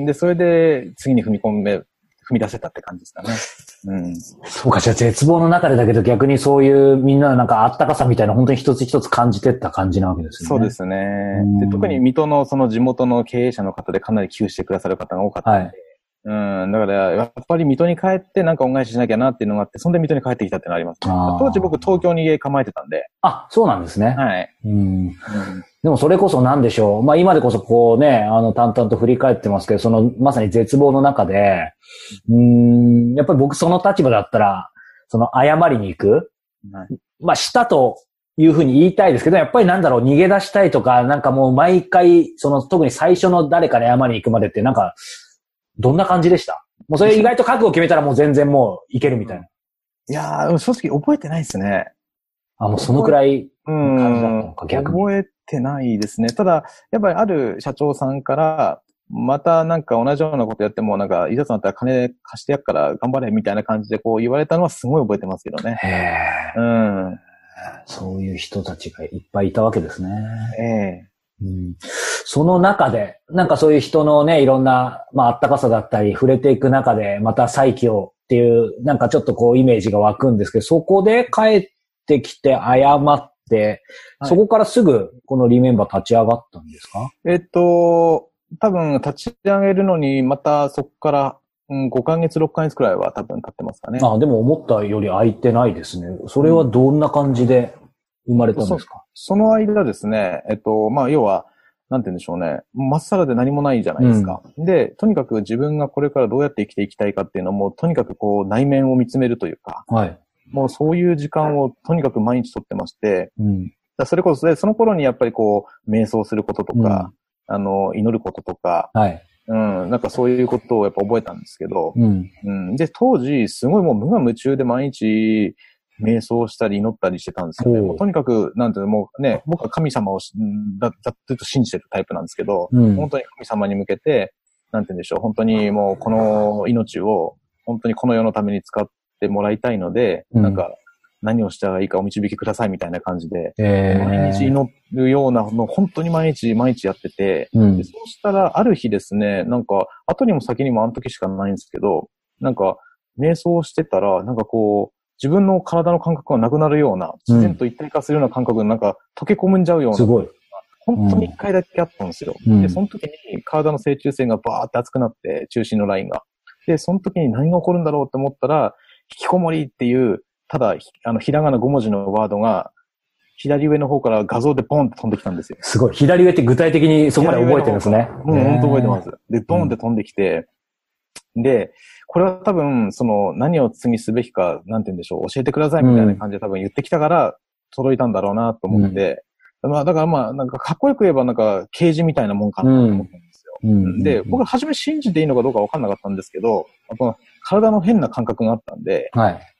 で、それで次に踏み込め、踏み出せたって感じですかね。うん。 そうか、じゃあ絶望の中でだけど逆にそういうみんなのなんかあったかさみたいな本当に一つ一つ感じてった感じなわけですよね。 そうですね。で、特に水戸のその地元の経営者の方でかなり寄付してくださる方が多かったので、はい、うん、だから、やっぱり水戸に帰ってなんか恩返ししなきゃなっていうのがあって、そんで水戸に帰ってきたっていうのがあります、ね。当時僕東京に家構えてたんで。 あ、そうなんですね。 はい。うん。うん、 でもそれこそなんでしょう。まあ今でこそこうね、あの淡々と振り返ってますけど、そのまさに絶望の中で、うーん、やっぱり僕その立場だったら、その謝りに行く。はい、まあしたというふうに言いたいですけど、やっぱりなんだろう、逃げ出したいとか、なんかもう毎回、その特に最初の誰かに謝りに行くまでってなんか、どんな感じでした？もうそれ意外と覚悟決めたらもう全然もういけるみたいな。 いやー、正直覚えてないですね。 あ、もうそのくらいの感じだったのか、逆に。 覚えてないですね。ただ、やっぱりある社長さんから、またなんか同じようなことやっても、なんか、いざとなったら金貸してやっから頑張れみたいな感じでこう言われたのはすごい覚えてますけどね。へー。うん。 そういう人たちがいっぱいいたわけですね。 ええー。 うん、その中で、なんかそういう人のね、いろんな、まあ、あったかさだったり、触れていく中で、また再起をっていう、なんかちょっとこう、イメージが湧くんですけど、そこで帰ってきて謝って、はい、そこからすぐ、このリメンバー立ち上がったんですか？ えっと、多分、立ち上げるのに、またそこから、うん、ごかげつ、ろっかげつくらいは多分経ってますかね。 ああ、でも思ったより空いてないですね。それはどんな感じで生まれたんですか？ そ, その間ですね、えっと、まあ、要は、なんて言うんでしょうね。まっさらで何もないじゃないですか、うん。で、とにかく自分がこれからどうやって生きていきたいかっていうのも、とにかくこう内面を見つめるというか、はい、もうそういう時間をとにかく毎日取ってまして、うん、だそれこそで、その頃にやっぱりこう、瞑想することとか、うん、あの、祈ることとか、はい、うん、なんかそういうことをやっぱ覚えたんですけど、うんうん、で、当時、すごいもう無我夢中で毎日、瞑想したり祈ったりしてたんですよね。もうとにかく、なんていうの、もうね、僕は神様をだ、だってと信じてるタイプなんですけど、うん、本当に神様に向けて、なんて言うんでしょう、本当にもうこの命を、本当にこの世のために使ってもらいたいので、うん、なんか、何をしたらいいかお導きくださいみたいな感じで、えー、毎日祈るようなの、本当に毎日毎日やってて、うん、でそうしたら、ある日ですね、なんか、後にも先にもあの時しかないんですけど、なんか、瞑想してたら、なんかこう、自分の体の感覚がなくなるような、自然と一体化するような感覚がなんか溶け込んじゃうような。 すごい。 本当に一回だけあったんですよ。うん、で、その時に体の正中線がバーって熱くなって、中心のラインが。で、その時に何が起こるんだろうって思ったら、引きこもりっていう、ただ、あの、ひらがなごもじのワードが、左上の方から画像でボンって飛んできたんですよ。 すごい。左上って具体的にそこまで覚えてるんですね。 うん、本当覚えてます。で、ボンって飛んできて、うん、で、これは多分、その、何を次すべきか、なんて言うんでしょう、教えてくださいみたいな感じで多分言ってきたから、届いたんだろうなと思って、うん、まあ、だからまあ、なんかかっこよく言えばなんか、刑事みたいなもんかなと思ったんですよ。うん、で、僕は初め信じていいのかどうか分かんなかったんですけど、この体の変な感覚があったんで、はい、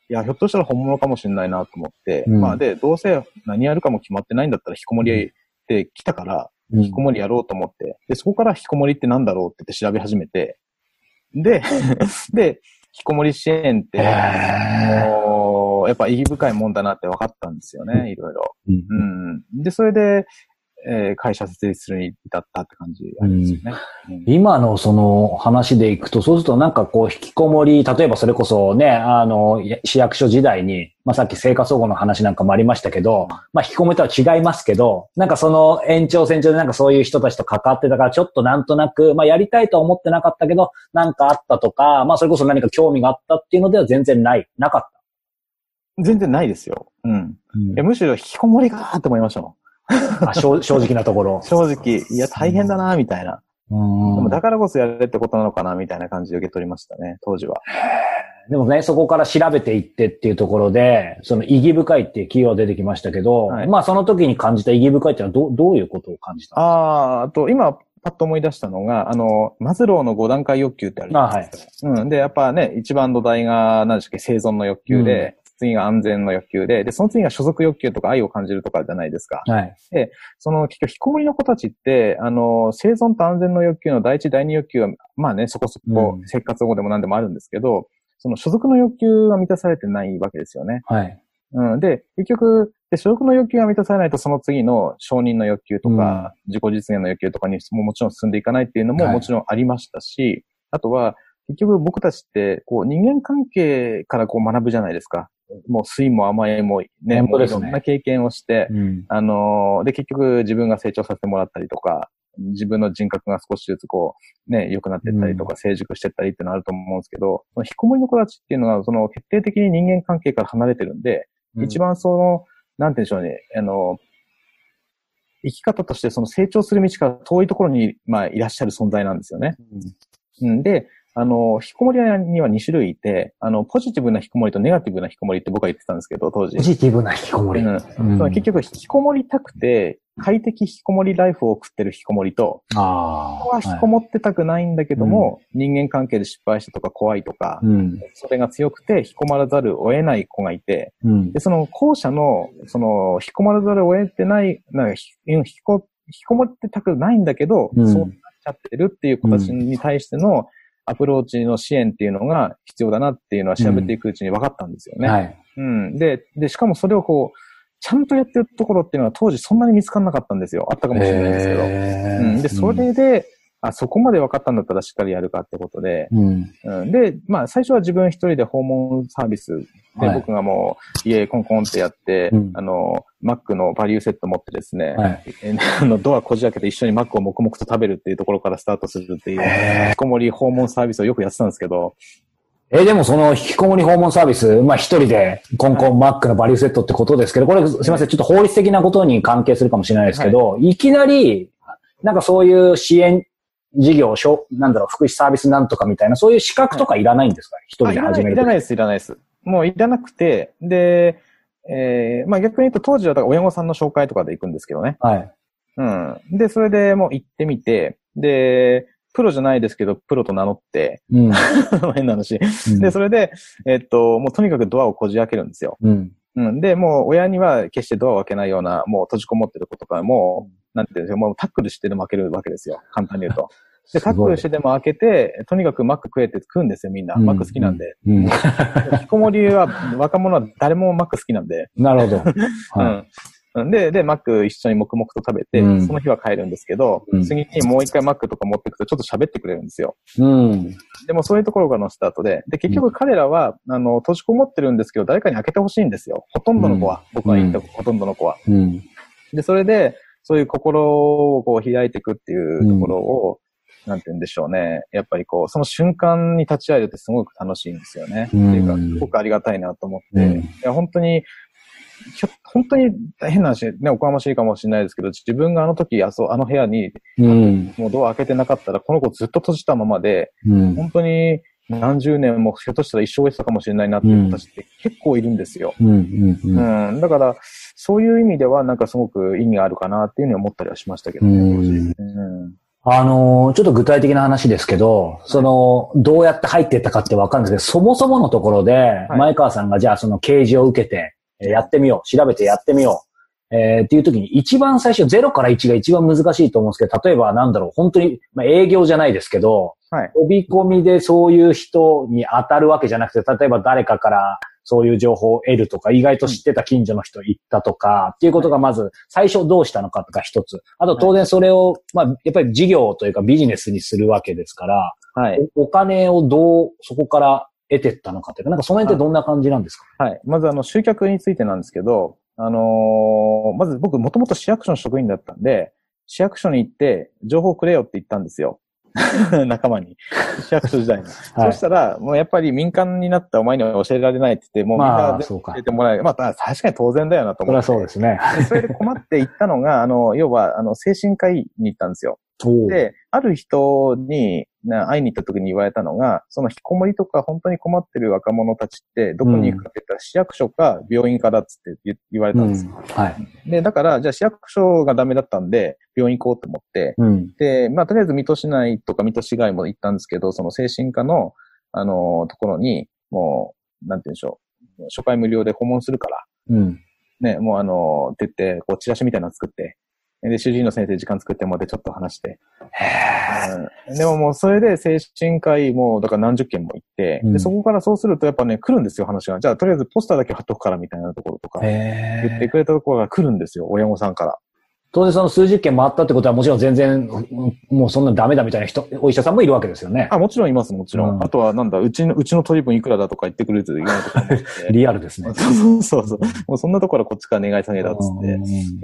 いや、ひょっとしたら本物かもしれないなと思って、 うん、 まあで、どうせ何やるかも決まってないんだったら引きこもりで来たから、引きこもりやろうと思って、で、そこから引きこもりってなんだろうって言って調べ始めて、で、で、引きこもり支援って、やっぱ意義深いもんだなって分かったんですよね、いろいろ。うんうん、で、それで、えー、会社設立するに至ったって感じありますよね。 うんうん、今のその話でいくと、そうするとなんかこう引きこもり、例えばそれこそね、あの、市役所時代に、まあさっき生活保護の話なんかもありましたけど、まあ引きこもりとは違いますけど、なんかその延長線上でなんかそういう人たちと関わってたからちょっとなんとなく、まあやりたいとは思ってなかったけど、なんかあったとか、まあそれこそ何か興味があったっていうのでは全然ない、なかった。 全然ないですよ。うん。うん、いやむしろ引きこもりかーって思いましたもん。 あ正, 正直なところ。 正直、いや大変だなーみたいな。うん、でもだからこそやれってことなのかなみたいな感じで受け取りましたね、当時は。 でもね、そこから調べていってっていうところで、その意義深いっていうキーワード出てきましたけど、はい、まあその時に感じた意義深いっていうのはど, どういうことを感じたんですか？ ああ、あと今パッと思い出したのが、あの、マズローのご段階欲求ってあるじゃないですか。はい、うん。で、やっぱね、一番土台が何でしたっけ、生存の欲求で、うん次が安全の欲求で、で、その次が所属欲求とか愛を感じるとかじゃないですか。はい。で、その結局、引きこもりの子たちって、あの、生存と安全の欲求の第一、第二欲求は、まあね、そこそこ生活保護でも何でもあるんですけど、うん、その所属の欲求が満たされてないわけですよね。はい。うん。で、結局、で、所属の欲求が満たされないと、その次の承認の欲求とか、うん、自己実現の欲求とかにももちろん進んでいかないっていうのももちろんありましたし、はい、あとは、結局僕たちって、こう、人間関係からこう学ぶじゃないですか。もう酸いも甘いもね、もういろんな経験をして、うん、あのー、で、結局自分が成長させてもらったりとか、自分の人格が少しずつこう、ね、良くなっていったりとか、うん、成熟していったりっていうのはあると思うんですけど、その引きこもりの子たちっていうのは、その決定的に人間関係から離れてるんで、うん、一番その、なんて言うんでしょうね、あの、生き方としてその成長する道から遠いところに、まあ、いらっしゃる存在なんですよね。うん、で、あの、引きこもりにはに種類いて、あの、ポジティブな引きこもりとネガティブな引きこもりって僕は言ってたんですけど、当時。 ポジティブな引きこもり。うん。 その結局、引きこもりたくて、快適引きこもりライフを送ってる引きこもりと、ああ。は引きこもってたくないんだけども、はい、人間関係で失敗したとか怖いとか、うん、それが強くて引きこまらざるを得ない子がいて、うん、で、その後者の、その、引きこまらざるを得てない、なんか引きこ、引きこもってたくないんだけど、うん、そうなっちゃってるっていう子たちに対しての、うんアプローチの支援っていうのが必要だなっていうのは調べていくうちに分かったんですよね。うん、はい。うん。で、で、しかもそれをこう、ちゃんとやってるところっていうのは当時そんなに見つからなかったんですよ。あったかもしれないですけど。うん。で、それで、あ、そこまで分かったんだったらしっかりやるかってことで。うん。うん、で、まあ、最初は自分一人で訪問サービスで、はい、僕がもう家コンコンってやって、うん、あの、Mac のバリューセット持ってですね、はい、あのドアこじ開けて一緒に Mac を黙々と食べるっていうところからスタートするっていう、引きこもり訪問サービスをよくやってたんですけど、 えー、でもその引きこもり訪問サービス、まあ一人でコンコン Mac のバリューセットってことですけど、これすみません、ちょっと法律的なことに関係するかもしれないですけど、はい、いきなり、なんかそういう支援事業、なんだろう、福祉サービスなんとかみたいな、そういう資格とかいらないんですか、はい、一人で始めると。 いらないです、いらないです。もういらなくて、で、えー、まあ逆に言うと当時はだから親御さんの紹介とかで行くんですけどね。はい。うん。で、それでもう行ってみて、で、プロじゃないですけど、プロと名乗って、うん、変な話、うん。で、それで、えっと、もうとにかくドアをこじ開けるんですよ。うん。うん。で、もう親には決してドアを開けないような、もう閉じこもってる子とかも、なんていうんですか、もうタックルしてでも開けるわけですよ。簡単に言うと。で、タックルしてでも開けて、とにかくマック食えって食うんですよ、みんな。うん、マック好きなんで。うん、引きこもりは、若者は誰もマック好きなんで。 なるほど。 はいうん、で、で、マック一緒に黙々と食べて、うん、その日は帰るんですけど、うん、次にもう一回マックとか持ってくとちょっと喋ってくれるんですよ。うん、でもそういうところからのスタートで、で、結局彼らは、あの、閉じこもってるんですけど、誰かに開けてほしいんですよ。ほとんどの子は。うん、僕が言ったほとんどの子は。うん、で、それで、そういう心をこう開いていくっていうところを、うん、なんて言うんでしょうね。やっぱりこう、その瞬間に立ち会えるってすごく楽しいんですよね。うん、っていうか、すごくありがたいなと思って、うん、いや本当に、本当に変な話、ね、おこがましいかもしれないですけど、自分があの時、あそあの部屋に、うん、もうドア開けてなかったら、この子ずっと閉じたままで、うん、本当に何十年もひょっとしたら一生終えてたかもしれないなっていう子たちって結構いるんですよ。うんうんうんうん、だから、そういう意味ではなんかすごく意味があるかなっていうふうに思ったりはしましたけどね、当時。うんあのー、ちょっと具体的な話ですけど、その、どうやって入っていったかってわかるんですけど、そもそものところで、はい、前川さんがじゃあその掲示を受けて、やってみよう、調べてやってみよう、えー、っていう時に一番最初ゼロからいちが一番難しいと思うんですけど、例えばなんだろう、本当に、まあ、営業じゃないですけど、はい、飛び込みでそういう人に当たるわけじゃなくて、例えば誰かからそういう情報を得るとか、意外と知ってた近所の人行ったとか、っていうことがまず最初どうしたのかが一つ。あと当然それを、まあやっぱり事業というかビジネスにするわけですから、はい、お, お金をどうそこから得てったのかというか、なんかその辺ってどんな感じなんですか？ はい。まずあの集客についてなんですけど、あのー、まず僕もともと市役所の職員だったんで、市役所に行って情報くれよって言ったんですよ。仲間に。市役所時代に。はい、そしたら、もうやっぱり民間になったお前には教えられないって言って、もうみんなで教えてもらえる。まあ、まあ、確かに当然だよなと思って。 それはそうですね。 それで困って行ったのが、あの、要は、あの、精神科医に行ったんですよ。で、ある人に会いに行った時に言われたのが、その引きこもりとか本当に困ってる若者たちってどこに行くかって言ったら市役所か病院かだっつって言われたんですよ。うん、はい。で、だからじゃあ市役所がダメだったんで病院行こうと思って、うん、で、まあとりあえず水戸市内とか水戸市外も行ったんですけど、その精神科のあのところにもうなんて言うんでしょう、初回無料で訪問するから、うん、ね、もうあのって言ってこうチラシみたいなの作って。で、主治医の先生時間作ってもらってちょっと話して。へー。でももうそれで精神科医もだから何十件も行って、うん、で、そこからそうするとやっぱね、来るんですよ、話が。じゃあとりあえずポスターだけ貼っとくからみたいなところとか、言ってくれたところが来るんですよ、親御さんから。 当然その数十件回ったってことはもちろん全然、もうそんなダメだみたいな人、お医者さんもいるわけですよね。 あ、もちろんいます、もちろん。うん、あとはなんだ、うちの、うちの取り分いくらだとか言ってくれるといけないとか思って。 リアルですね。 そうそうそう。もうそんなところはこっちから願い下げだっつって、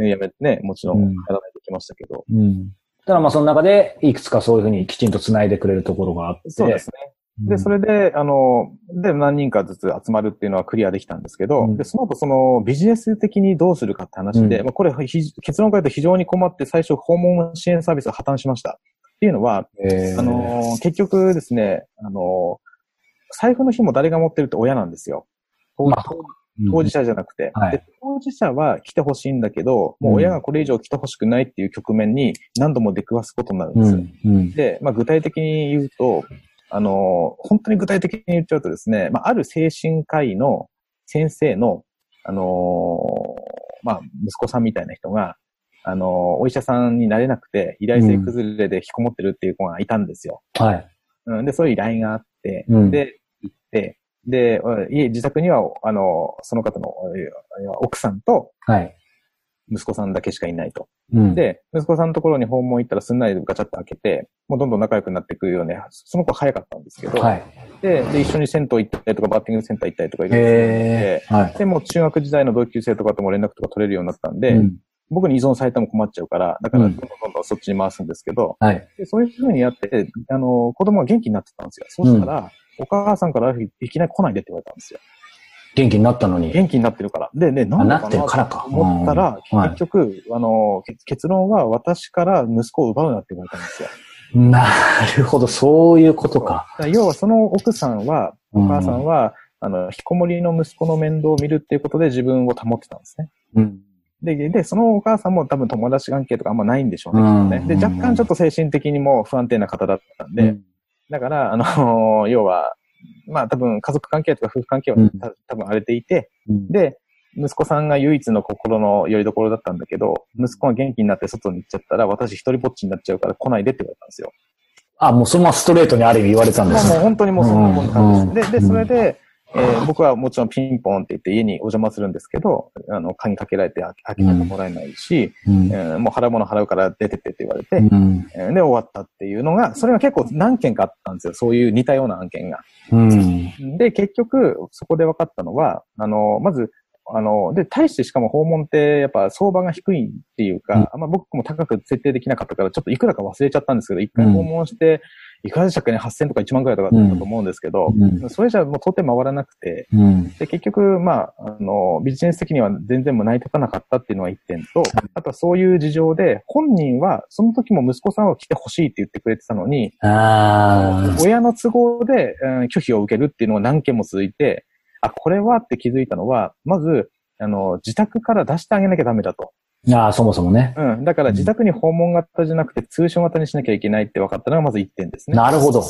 やめてね、もちろんやらないときましたけど。うん。うん、 ただまあその中でいくつかそういうふうにきちんと繋いでくれるところがあって。 そうですね。で、それで、あの、で、何人かずつ集まるっていうのはクリアできたんですけど、うん、で、その後、その、ビジネス的にどうするかって話で、うん、まあ、これ、結論から言うと非常に困って、最初、訪問支援サービスが破綻しました。っていうのは、あの、結局ですね、あの、財布の紐誰が持ってるって親なんですよ。まあ、当事者じゃなくて、うんはい、で。当事者は来てほしいんだけど、もう親がこれ以上来てほしくないっていう局面に何度も出くわすことになるんですよ。うんうん、で、まあ、具体的に言うと、あの、本当に具体的に言っちゃうとですね、まあ、ある精神科医の先生の、あの、まあ、息子さんみたいな人が、あの、お医者さんになれなくて、依頼性崩れで引きこもってるっていう子がいたんですよ。はい。うん、で、そういう依頼があって、うん、で、行って、で、家、自宅には、あの、その方の奥さんと、はい。息子さんだけしかいないと。うん、で、息子さんのところに訪問行ったらすんなりガチャッと開けて、もうどんどん仲良くなっていくよね。その子早かったんですけど、はい、で、で、一緒に銭湯行ったりとか、バッティングセンター行ったりとかいろいろして、はい、で、もう中学時代の同級生とかとも連絡とか取れるようになったんで、うん、僕に依存されても困っちゃうから、だからどんどんどんどんそっちに回すんですけど、はい、でそういうふうにやって、あの、子供が元気になってたんですよ。そうしたら、うん、お母さんからいきなり来ないでって言われたんですよ。 元気になったのに。 元気になってるから。で、ね、なんだかなと思ったら、結局、あの、結論は私から息子を奪うなって言われたんですよ。 なるほど、そういうことか。 要はその奥さんは、お母さんは、あの、引きこもりの息子の面倒を見るっていうことで自分を保ってたんですね。うん。で、で、そのお母さんも多分友達関係とかあんまないんでしょうね。うんねで、若干ちょっと精神的にも不安定な方だったんで、うん、だから、あの、要は、まあ多分家族関係とか夫婦関係は、うん、多分荒れていて、うん、で、息子さんが唯一の心の拠り所だったんだけど、息子が元気になって外に行っちゃったら、私一人ぼっちになっちゃうから来ないでって言われたんですよ。 あ、もうそのままストレートにある意味言われたんですね。 もう本当にもうそんな感じです。で、で、それで、えー、僕はもちろんピンポンって言って家にお邪魔するんですけど、あの、鍵かけられて開けてもらえないし、うんえー、もう払うもの払うから出てってって言われて、うんえー、で、終わったっていうのが、それが結構何件かあったんですよ。そういう似たような案件が。うん、で、結局、そこで分かったのは、あの、まず、あの、で、対してしかも訪問って、やっぱ相場が低いっていうか、うん、あんま僕も高く設定できなかったから、ちょっといくらか忘れちゃったんですけど、一回訪問して、いくらでしたっけね、はっせんとかいちまんくらいとかだったと思うんですけど、うん、それじゃもう到底回らなくて、うん、で、結局、まあ、あの、ビジネス的には全然も成り立たなかったっていうのが一点と、あとはそういう事情で、本人は、その時も息子さんは来てほしいって言ってくれてたのに、あ親の都合で、うん、拒否を受けるっていうのが何件も続いて、あ、これはって気づいたのは、まず、あの、自宅から出してあげなきゃダメだと。 ああ、そもそもね。 うん。だから自宅に訪問型じゃなくて通所型にしなきゃいけないって分かったのがまずいってんですね。 なるほど。うん。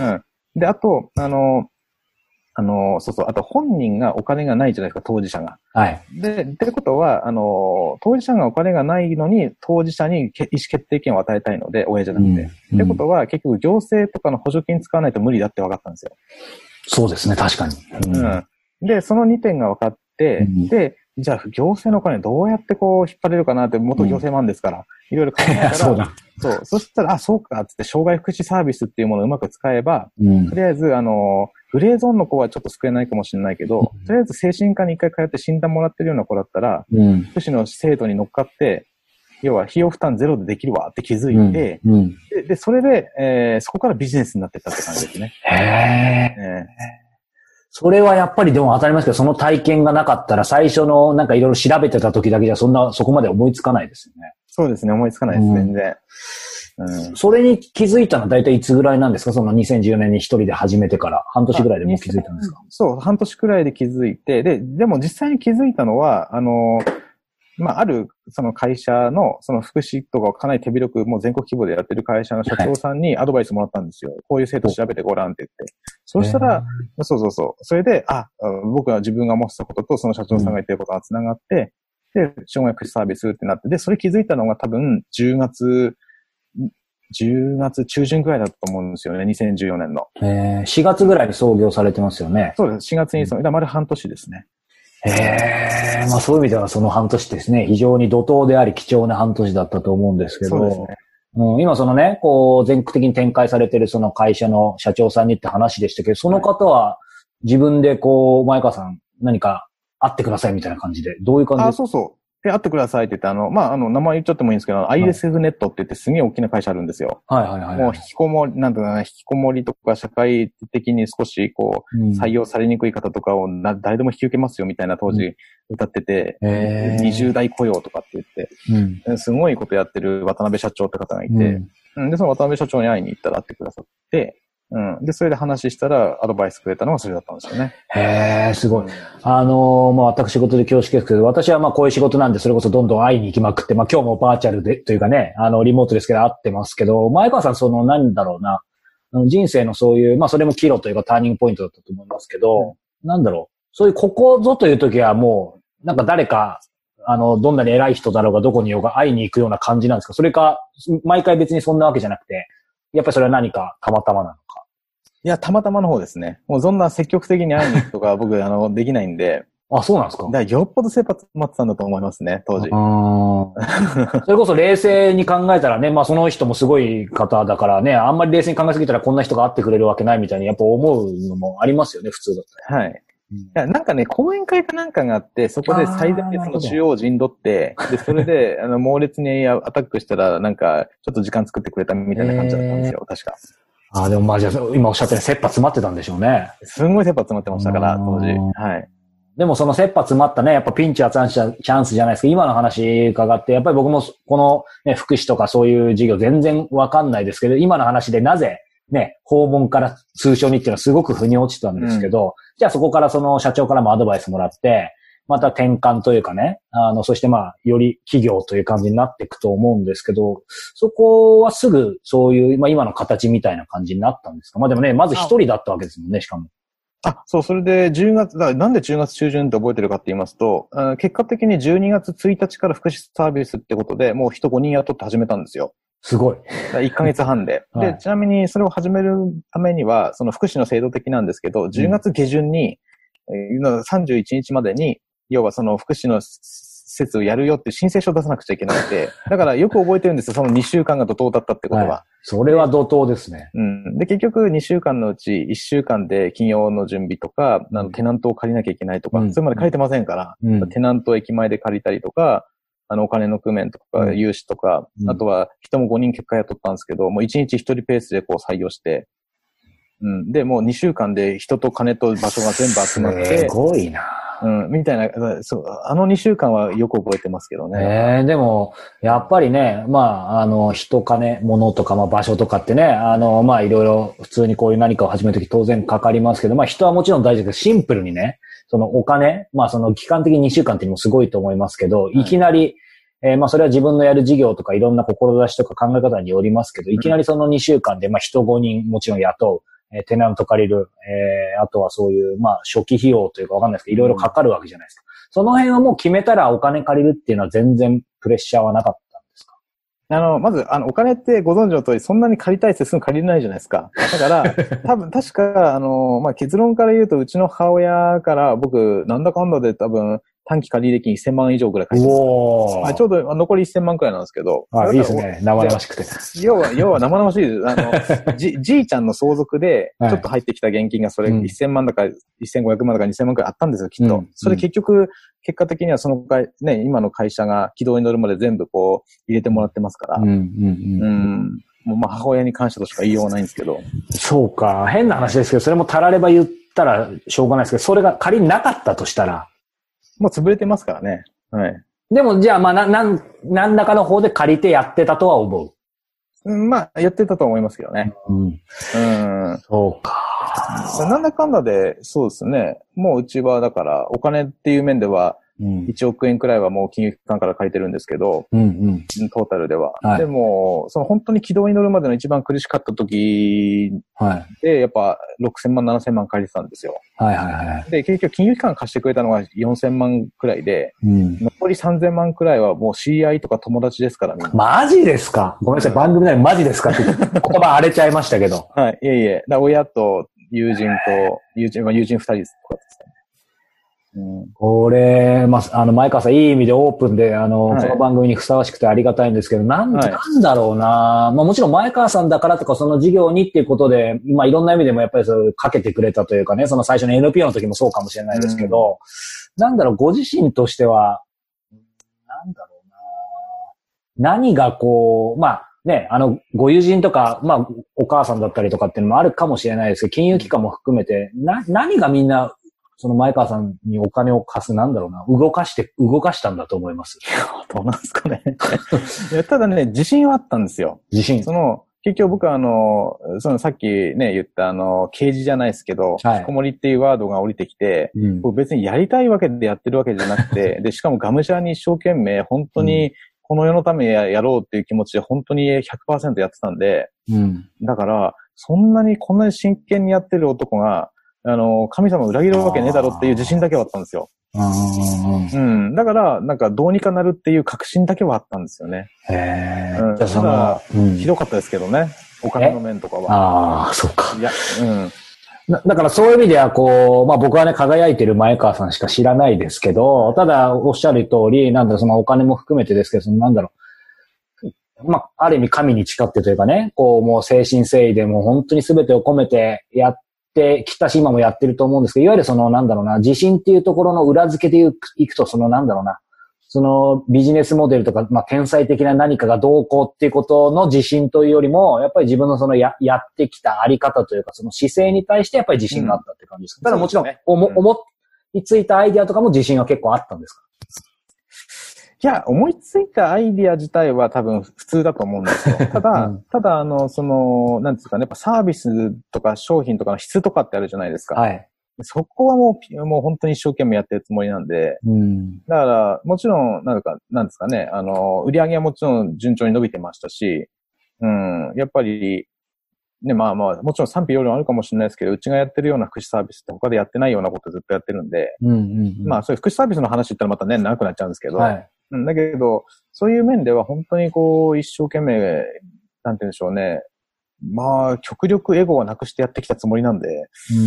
うん。で、あと、あの、あの、そうそう、あと本人がお金がないじゃないですか、当事者が。 はい。 で、ってことは、あの、当事者がお金がないのに、当事者に意思決定権を与えたいので、親じゃなくて。うんうん、ってことは、結局行政とかの補助金使わないと無理だって分かったんですよ。 そうですね、確かに。 うん。うん、で、そのにてんが分かって、うん、で、じゃあ行政のお金どうやってこう引っ張れるかなって、元行政マンですから、いろいろ考えたら、 そうだ。 そう。そしたら、あ、そうか、つって、障害福祉サービスっていうものをうまく使えば、うん、とりあえず、あの、グレーゾーンの子はちょっと救えないかもしれないけど、うん、とりあえず精神科に一回通って診断もらってるような子だったら、うん、福祉の制度に乗っかって、要は費用負担ゼロでできるわって気づいて、うんうん、で, で、それで、えー、そこからビジネスになっていったって感じですね。 へー。えーそれはやっぱりでも当たりますけど、その体験がなかったら最初のなんかいろいろ調べてた時だけじゃそんな、そこまで思いつかないですよね。 そうですね、思いつかないです、全然。 うん、それに気づいたのは大体いつぐらいなんですか？そのにせんじゅうよねんに一人で始めてから半年ぐらいでもう気づいたんですか？ そう、半年くらいで気づいて、で、でも実際に気づいたのは、あの、まあ、ある、その会社の、その福祉とかをかなり手広く、もう全国規模でやってる会社の社長さんにアドバイスもらったんですよ。はい、こういう制度調べてごらんって言って。そうしたら、そうそうそう。それで、あ、僕は自分が思ってたこととその社長さんが言ってることが繋がって、うん、で、障害福祉サービスってなって、で、それ気づいたのが多分じゅうがつ、じゅうがつ中旬くらいだったと思うんですよね。にせんじゅうよねんの。 えー、しがつぐらいに創業されてますよね。 そうです。しがつに、その、だ丸半年ですね。 へえ、まあそういう意味ではその半年ですね、非常に怒涛であり貴重な半年だったと思うんですけど、そうですね。うん、今そのね、こう全国的に展開されているその会社の社長さんにって話でしたけど、その方は自分でこう、前川さん何か会ってくださいみたいな感じで、どういう感じで？ あ、そうそう。で、会ってくださいって言って、あの、まあ、あの、名前言っちゃってもいいんですけど、アイエスエフ ネットって言ってすげえ大きな会社あるんですよ。 はいはいはい、はい。 もう引きこもり、なんだろうな、引きこもりとか社会的に少しこう、うん、採用されにくい方とかをな誰でも引き受けますよみたいな当時歌ってて、うん、にじゅう代雇用とかって言って、うん、すごいことやってる渡辺社長って方がいて、うん、で、その渡辺社長に会いに行ったら会ってくださって、うん。で、それで話したら、アドバイスくれたのがそれだったんですよね。 へー、すごい。あのー、まあ、私仕事で恐縮ですけど、私はまあ、こういう仕事なんで、それこそどんどん会いに行きまくって、まあ、今日もバーチャルで、というかね、あの、リモートですけど、会ってますけど、前川さん、その、なんだろうな、人生のそういう、まあ、それも岐路というか、ターニングポイントだったと思いますけど、うん、なんだろう、そういうここぞという時はもう、なんか誰か、あの、どんなに偉い人だろうが、どこにいようが会いに行くような感じなんですか？それか、毎回別にそんなわけじゃなくて、やっぱりそれは何かたまたまなのか？ いや、たまたまの方ですね。もうそんな積極的に会いに行くとか僕、あの、できないんで。 あ、そうなんですか？ だからよっぽど切羽詰まってたんだと思いますね、当時。 あそれこそ冷静に考えたらね、まあその人もすごい方だからね、あんまり冷静に考えすぎたらこんな人が会ってくれるわけないみたいにやっぱ思うのもありますよね、普通だったら。 はい。いやなんかね、講演会かなんかがあって、そこで最大でその主要を陣取って、で、それで、あの、猛烈にアタックしたら、なんか、ちょっと時間作ってくれたみたいな感じだったんですよ、確か。 ああ、でもまあじゃあ、今おっしゃったように切羽詰まってたんでしょうね。 すんごい切羽詰まってましたから、当時。はい。 でもその切羽詰まったね、やっぱピンチはチャンスじゃないですか。今の話伺って、やっぱり僕もこの、ね、福祉とかそういう事業全然わかんないですけど、今の話でなぜ、ね、訪問から通所にっていうのはすごく腑に落ちたんですけど、うん、じゃあそこからその社長からもアドバイスもらって、また転換というかね、あの、そしてまあ、より企業という感じになっていくと思うんですけど、そこはすぐそういう、まあ今の形みたいな感じになったんですか？まあでもね、まず一人だったわけですもんね、しかも。 あ、そう、それでじゅうがつ、だからなんでじゅうがつ中旬って覚えてるかって言いますと、結果的にじゅうにがつついたちから福祉サービスってことで、もう人ごにん雇って始めたんですよ。 すごい。 いっかげつはんで。はい、で、ちなみにそれを始めるためには、その福祉の制度的なんですけど、じゅうがつ下旬に、うん、さんじゅういちにちまでに、要はその福祉の施設をやるよって申請書を出さなくちゃいけなくて、だからよく覚えてるんですよ、そのにしゅうかんが怒涛だったってことは。はい、 それは怒涛ですね。 うん。で、結局にしゅうかんのうちいっしゅうかんで金曜の準備とか、あのテナントを借りなきゃいけないとか、うん、それまで借りてませんから、うん、テナントを駅前で借りたりとか、あのお金の工面とか融資とか、うん、あとは人もごにん結果雇ったんですけど、もういちにちひとりペースでこう採用して、うん。で、もうにしゅうかんで人と金と場所が全部集まって。 すごいな。 うん、みたいな、そう、あのにしゅうかんはよく覚えてますけどね。 ええー、でも、やっぱりね、まあ、あの、人、金、物とか、まあ、場所とかってね、あの、まあ、いろいろ、普通にこういう何かを始めるとき当然かかりますけど、まあ、人はもちろん大事ですけど、シンプルにね、そのお金、まあ、その期間的ににしゅうかんっていうのもすごいと思いますけど、はい、いきなり、 えー、まあそれは自分のやる事業とかいろんな志とか考え方によりますけど、いきなりそのにしゅうかんで、まあ人ごにんもちろん雇う、えー、テナント借りる、えー、あとはそういう、まあ初期費用というかわかんないですけど、いろいろかかるわけじゃないですか。その辺はもう決めたらお金借りるっていうのは全然プレッシャーはなかったんですか？ あの、まず、あの、お金ってご存知の通り、そんなに借りたいってすぐ借りれないじゃないですか。だから、多分、確か、あの、まあ、結論から言うと、うちの母親から僕、なんだかんだで多分、短期借入金せんまん以上くらい借りてます。 おー。 まあ、ちょうど残りせんまんくらいなんですけど。 あ、いいですね。生々しくて。 要は、要は生々しいです。あの、じ、じいちゃんの相続で、ちょっと入ってきた現金がそれせんまんだかせんごひゃくまんだかにせんまんくらいあったんですよ、きっと。うん、それ結局、結果的にはその会、ね、今の会社が軌道に乗るまで全部こう、入れてもらってますから。うん、うん、うん。うん。もうまあ、母親に感謝としか言いようがないんですけど。 そうか。変な話ですけど、それもたられば言ったらしょうがないですけど、それが仮になかったとしたら。 もう潰れてますからね。はい。 でも、じゃあ、まあ、な、なん、何らかの方で借りてやってたとは思う。 うん、まあ、やってたと思いますけどね。うん。うん。 そうか。 なんだかんだで、そうですね。もううちは、だから、お金っていう面では、いちおくえんくらいはもう金融機関から借りてるんですけど、うんうん、トータルでは。はい、でも、その本当に軌道に乗るまでの一番苦しかった時で、やっぱろくせんまん、ななせんまん借りてたんですよ。はいはいはい。で、結局金融機関貸してくれたのがよんせんまんくらいで、うん、残りさんぜんまんくらいはもう知り合いとか友達ですからね。 マジですか？ごめんなさい、番組内マジですかって言葉荒れちゃいましたけど。 はい、いえいえ。だ親と友人と、友人、まあ友人ふたりとかですね。 うん、これ、まあ、あの、前川さん、いい意味でオープンで、あの、はい、この番組にふさわしくてありがたいんですけど、なん、はい、なんだろうな、まあもちろん前川さんだからとか、その事業にっていうことで、まあいろんな意味でもやっぱりそれかけてくれたというかね、その最初の エヌピーオー の時もそうかもしれないですけど、うん、なんだろう、ご自身としては、なんだろうな、何がこう、まあ、ね、あの、ご友人とか、まあ、お母さんだったりとかっていうのもあるかもしれないですけど、金融機関も含めて、な、何がみんな、その前川さんにお金を貸す、なんだろうな、動かして、動かしたんだと思います。 どうなんですかね。いやただね、自信はあったんですよ。 自信。 その、結局僕はあの、そのさっきね、言ったあの、刑事じゃないですけど、はい、引きこもりっていうワードが降りてきて、うん、僕別にやりたいわけでやってるわけじゃなくて、で、しかもがむしゃらに一生懸命、本当にこの世のためにやろうっていう気持ちで本当に ひゃくパーセント やってたんで、うん、だから、そんなにこんなに真剣にやってる男が、あの、神様を裏切るわけねえだろっていう自信だけはあったんですよ。うん。だから、なんかどうにかなるっていう確信だけはあったんですよね。へー。うん、じゃあその、うん、ひどかったですけどね。お金の面とかは。 ああ、そうか。 いや、うん。 だ, だからそういう意味では、こう、まあ僕はね、輝いてる前川さんしか知らないですけど、ただおっしゃる通り、なんだろう、そのお金も含めてですけど、そのなんだろう、まあ、ある意味神に誓ってというかね、こう、もう誠心誠意でもう本当に全てを込めてやってきたし、今もやってると思うんですけど、いわゆるそのなんだろうな、自信っていうところの裏付けでいくと、そのなんだろうな、そのビジネスモデルとか、まあ、天才的な何かがどうこうっていうことの自信というよりも、やっぱり自分のそのや、やってきたあり方というか、その姿勢に対してやっぱり自信があったって感じですか、うん、ただもちろん、ね、思、思いついたアイデアとかも自信は結構あったんですか？ いや、思いついたアイディア自体は多分普通だと思うんですよ。ただ、うん、ただ、あの、その、なんですかね、やっぱサービスとか商品とかの質とかってあるじゃないですか。はい。そこはもう、もう本当に一生懸命やってるつもりなんで。うん。だから、もちろん、なんか、なんですかね、あの、売り上げはもちろん順調に伸びてましたし、うん、やっぱり、ね、まあまあ、もちろん賛否両論あるかもしれないですけど、うちがやってるような福祉サービスって他でやってないようなことをずっとやってるんで、うんうんうん、まあそういう福祉サービスの話言ったらまたね、長くなっちゃうんですけど、はい、うん、だけど、そういう面では本当にこう、一生懸命、なんて言うんでしょうね、まあ、極力エゴはなくしてやってきたつもりなんで、うん、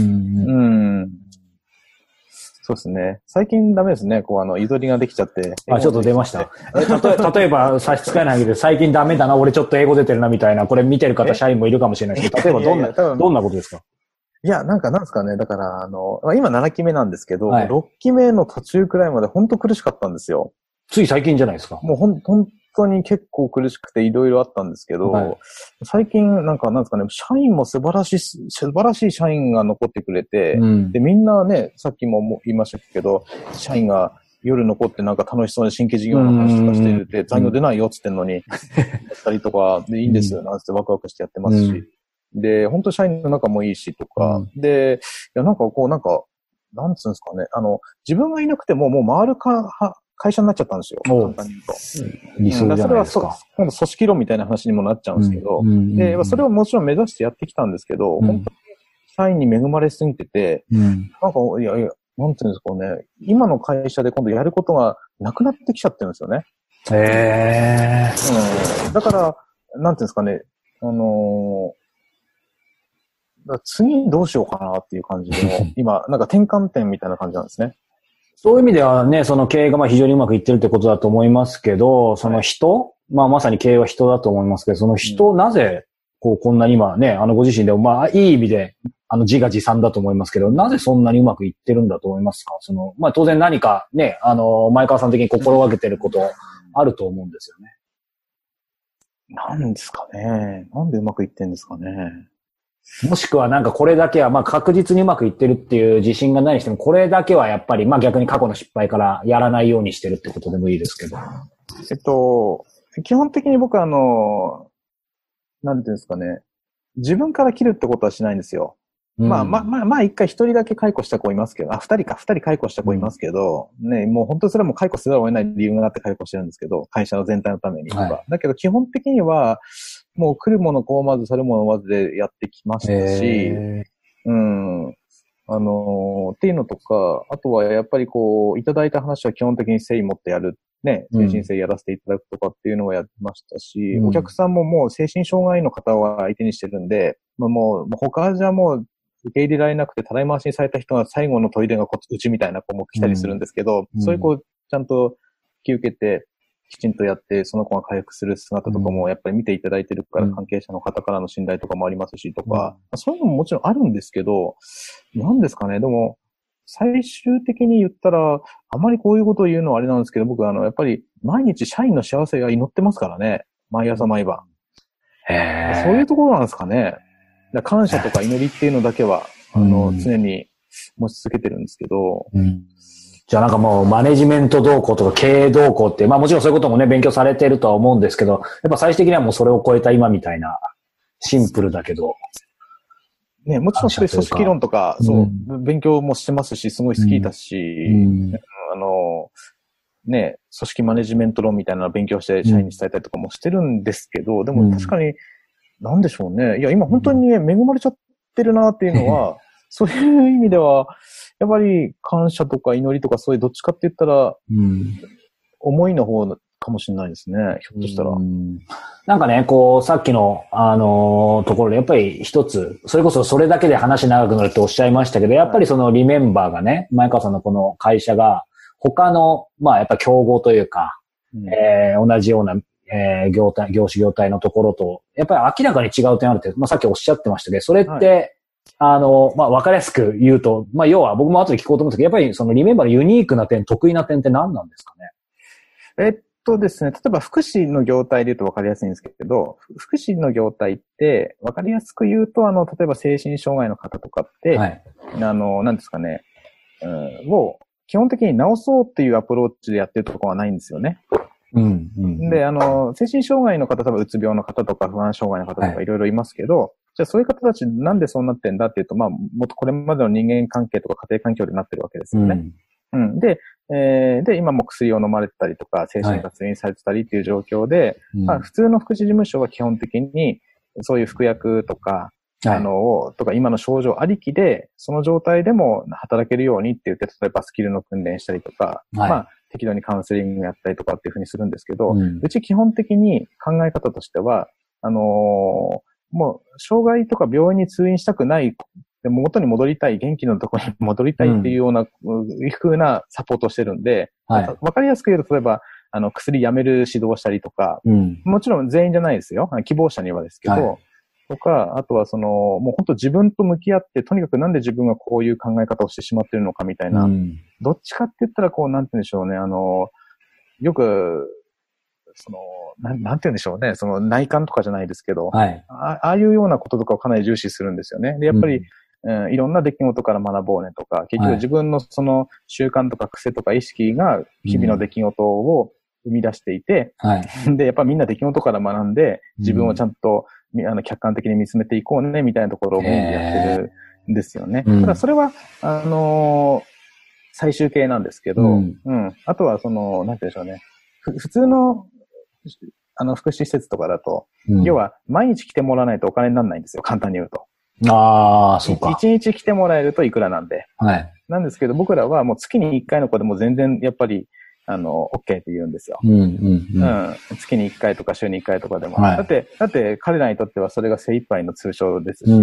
うん、そうですね。最近ダメですね。こう、あの、ゆとりができちゃって。 あ、ちょっと出ました。え、例え、例えば、差し支えないけど、最近ダメだな、俺ちょっと英語出てるな、みたいな、これ見てる方、社員もいるかもしれないですけど、例えばどんな、いやいやどんなことですか？ いや、なんかなんですかね。だから、あの、今ななきめなんですけど、はい、ろっきめの途中くらいまで本当苦しかったんですよ。 つい最近じゃないですか。 もうほん、本当に結構苦しくていろいろあったんですけど、はい、最近なんかなんですかね、社員も素晴らしい、素晴らしい社員が残ってくれて、うん、で、みんなね、さっきも言いましたけど、社員が夜残ってなんか楽しそうに新規事業の話とかしてて、残業出ないよって言ってんのに、やったりとか、で、いいんですよ、なんてワクワクしてやってますし、うん、で、本当社員の仲もいいしとか、うん、で、いや、なんかこうなんか、なんつうんですかね、あの、自分がいなくてももう回るか、 会社になっちゃったんですよ。簡単に言うと。 理想じゃないですか。 うん、それは今度組織論みたいな話にもなっちゃうんですけど、うんうんうん、で、それをもちろん目指してやってきたんですけど、うん、本当に社員に恵まれすぎてて、うん、なんか、いやいや、なんていうんですかね、今の会社で今度やることがなくなってきちゃってるんですよね。 へー。うん。だから、なんていうんですかね、あのー、だ次どうしようかなっていう感じで、今、なんか転換点みたいな感じなんですね。 そういう意味ではね、その経営がまあ非常にうまくいってるってことだと思いますけど、その人、はい、まあまさに経営は人だと思いますけど、その人、うん、なぜ、こう、こんなに今ね、あのご自身でもまあいい意味で、あの自画自賛だと思いますけど、なぜそんなにうまくいってるんだと思いますか？その、まあ当然何かね、あの、前川さん的に心がけてることあると思うんですよね。 なんですかね。なんでうまくいってんですかね。 もしくはなんかこれだけはまあ確実にうまくいってるっていう自信がないにしても、これだけはやっぱりまあ逆に過去の失敗からやらないようにしてるってことでもいいですけど。 えっと、基本的に僕はあの、なんていうんですかね。自分から切るってことはしないんですよ。うん、まあまあまあまあ一回一人だけ解雇した子いますけど、あ、二人か、二人解雇した子いますけど、うん、ね、もう本当にそれはもう解雇せざるを得ない理由があって解雇してるんですけど、会社の全体のためにとか。はい、だけど基本的には、もう来るものこうまず、去るものまずでやってきましたし、うん、あのー、っていうのとか、あとはやっぱりこう、いただいた話は基本的に誠意持ってやる。ね、精神性やらせていただくとかっていうのをやってましたし、うん、お客さんももう精神障害の方を相手にしてるんで、まあ、もう、他じゃもう受け入れられなくてたらい回しにされた人が最後の砦がこうちみたいな子も来たりするんですけど、うん、そういう子をちゃんと引き受けて、きちんとやって、その子が回復する姿とかもやっぱり見ていただいてるから、関係者の方からの信頼とかもありますしとか、うん、そういうのももちろんあるんですけど、何ですかね、でも、最終的に言ったら、あまりこういうことを言うのはあれなんですけど、僕はあの、やっぱり毎日社員の幸せが祈ってますからね。毎朝毎晩。へー。そういうところなんですかね。だ感謝とか祈りっていうのだけは、あの、常に持ち続けてるんですけど、 うん、じゃあなんかもうマネジメント動向とか経営動向って、まあもちろんそういうこともね、勉強されてるとは思うんですけど、やっぱ最終的にはもうそれを超えた今みたいな、シンプルだけど、 ね、もちろんそういう組織論とか、そう、うん、勉強もしてますし、すごい好きだし、うん、あの、ね、組織マネジメント論みたいなのを勉強して社員に伝えたりとかもしてるんですけど、うん、でも確かに、なんでしょうね。いや、今本当にね、恵まれちゃってるなっていうのは、うん、そういう意味では、やっぱり感謝とか祈りとかそういうどっちかって言ったら、うん、思いの方かもしれないですね。ひょっとしたら。うん、 なんかね、こう、さっきの、あのー、ところで、やっぱり一つ、それこそそれだけで話長くなるっておっしゃいましたけど、やっぱりそのリメンバーがね、前川さんのこの会社が、他の、まあやっぱり競合というか、うん、えー、同じような、えー、業態、業種業態のところと、やっぱり明らかに違う点あるって、まあさっきおっしゃってましたけど、それって、はい、あの、まあわかりやすく言うと、まあ要は僕も後で聞こうと思ったけど、やっぱりそのリメンバーのユニークな点、得意な点って何なんですかね？ えっとですね、例えば福祉の業態で言うと分かりやすいんですけど、福祉の業態って分かりやすく言うと、あの、例えば精神障害の方とかって、はい、あの、なんですかね、うん、を基本的に治そうっていうアプローチでやってるところはないんですよね。うんうん、で、あの、精神障害の方、多分うつ病の方とか不安障害の方とかいろいろいますけど、はい、じゃあそういう方たちなんでそうなってんだっていうと、まあ、もっとこれまでの人間関係とか家庭環境でなってるわけですよね。うんうん、で、えー、で、今も薬を飲まれてたりとか、精神科通院されてたりっていう状況で、はいまあ、普通の福祉事務所は基本的に、そういう服薬とか、はい、あの、とか今の症状ありきで、その状態でも働けるようにって言って、例えばスキルの訓練したりとか、はい、まあ、適度にカウンセリングやったりとかっていうふうにするんですけど、うん、うち基本的に考え方としては、あのー、もう、障害とか病院に通院したくないでも元に戻りたい、元気のところに戻りたいっていうような、うん、風なサポートをしてるんで、はい、わかりやすく言うと、例えば、あの、薬やめる指導をしたりとか、うん、もちろん全員じゃないですよ。希望者にはですけど、はい、とか、あとはその、もう本当自分と向き合って、とにかくなんで自分がこういう考え方をしてしまってるのかみたいな、うん、どっちかって言ったら、こう、なんて言うんでしょうね、あの、よく、その、なん、なんて言うんでしょうね、その内観とかじゃないですけど、はい、あ, ああいうようなこととかをかなり重視するんですよね。で、やっぱり、うんうん、いろんな出来事から学ぼうねとか、結局自分のその習慣とか癖とか意識が日々の出来事を生み出していて、はい、で、やっぱみんな出来事から学んで、自分をちゃんと、うん、あの客観的に見つめていこうね、みたいなところをやってるんですよね。うん、ただそれは、あのー、 最終形なんですけど、うん。うん、あとはその、なんて言うんでしょうね。普通の、あの、福祉施設とかだと、うん、要は、毎日来てもらわないとお金にならないんですよ。簡単に言うと。 ああ、そうか。 一日来てもらえるといくらなんで。 はい。 なんですけど、僕らはもう月にいっかいの子でも全然、やっぱり、あの、OK って言うんですよ。 うん、うん、うん。 うん。月にいっかいとか週にいっかいとかでも。はい、だって、だって彼らにとってはそれが精一杯の通称ですし、うんうん、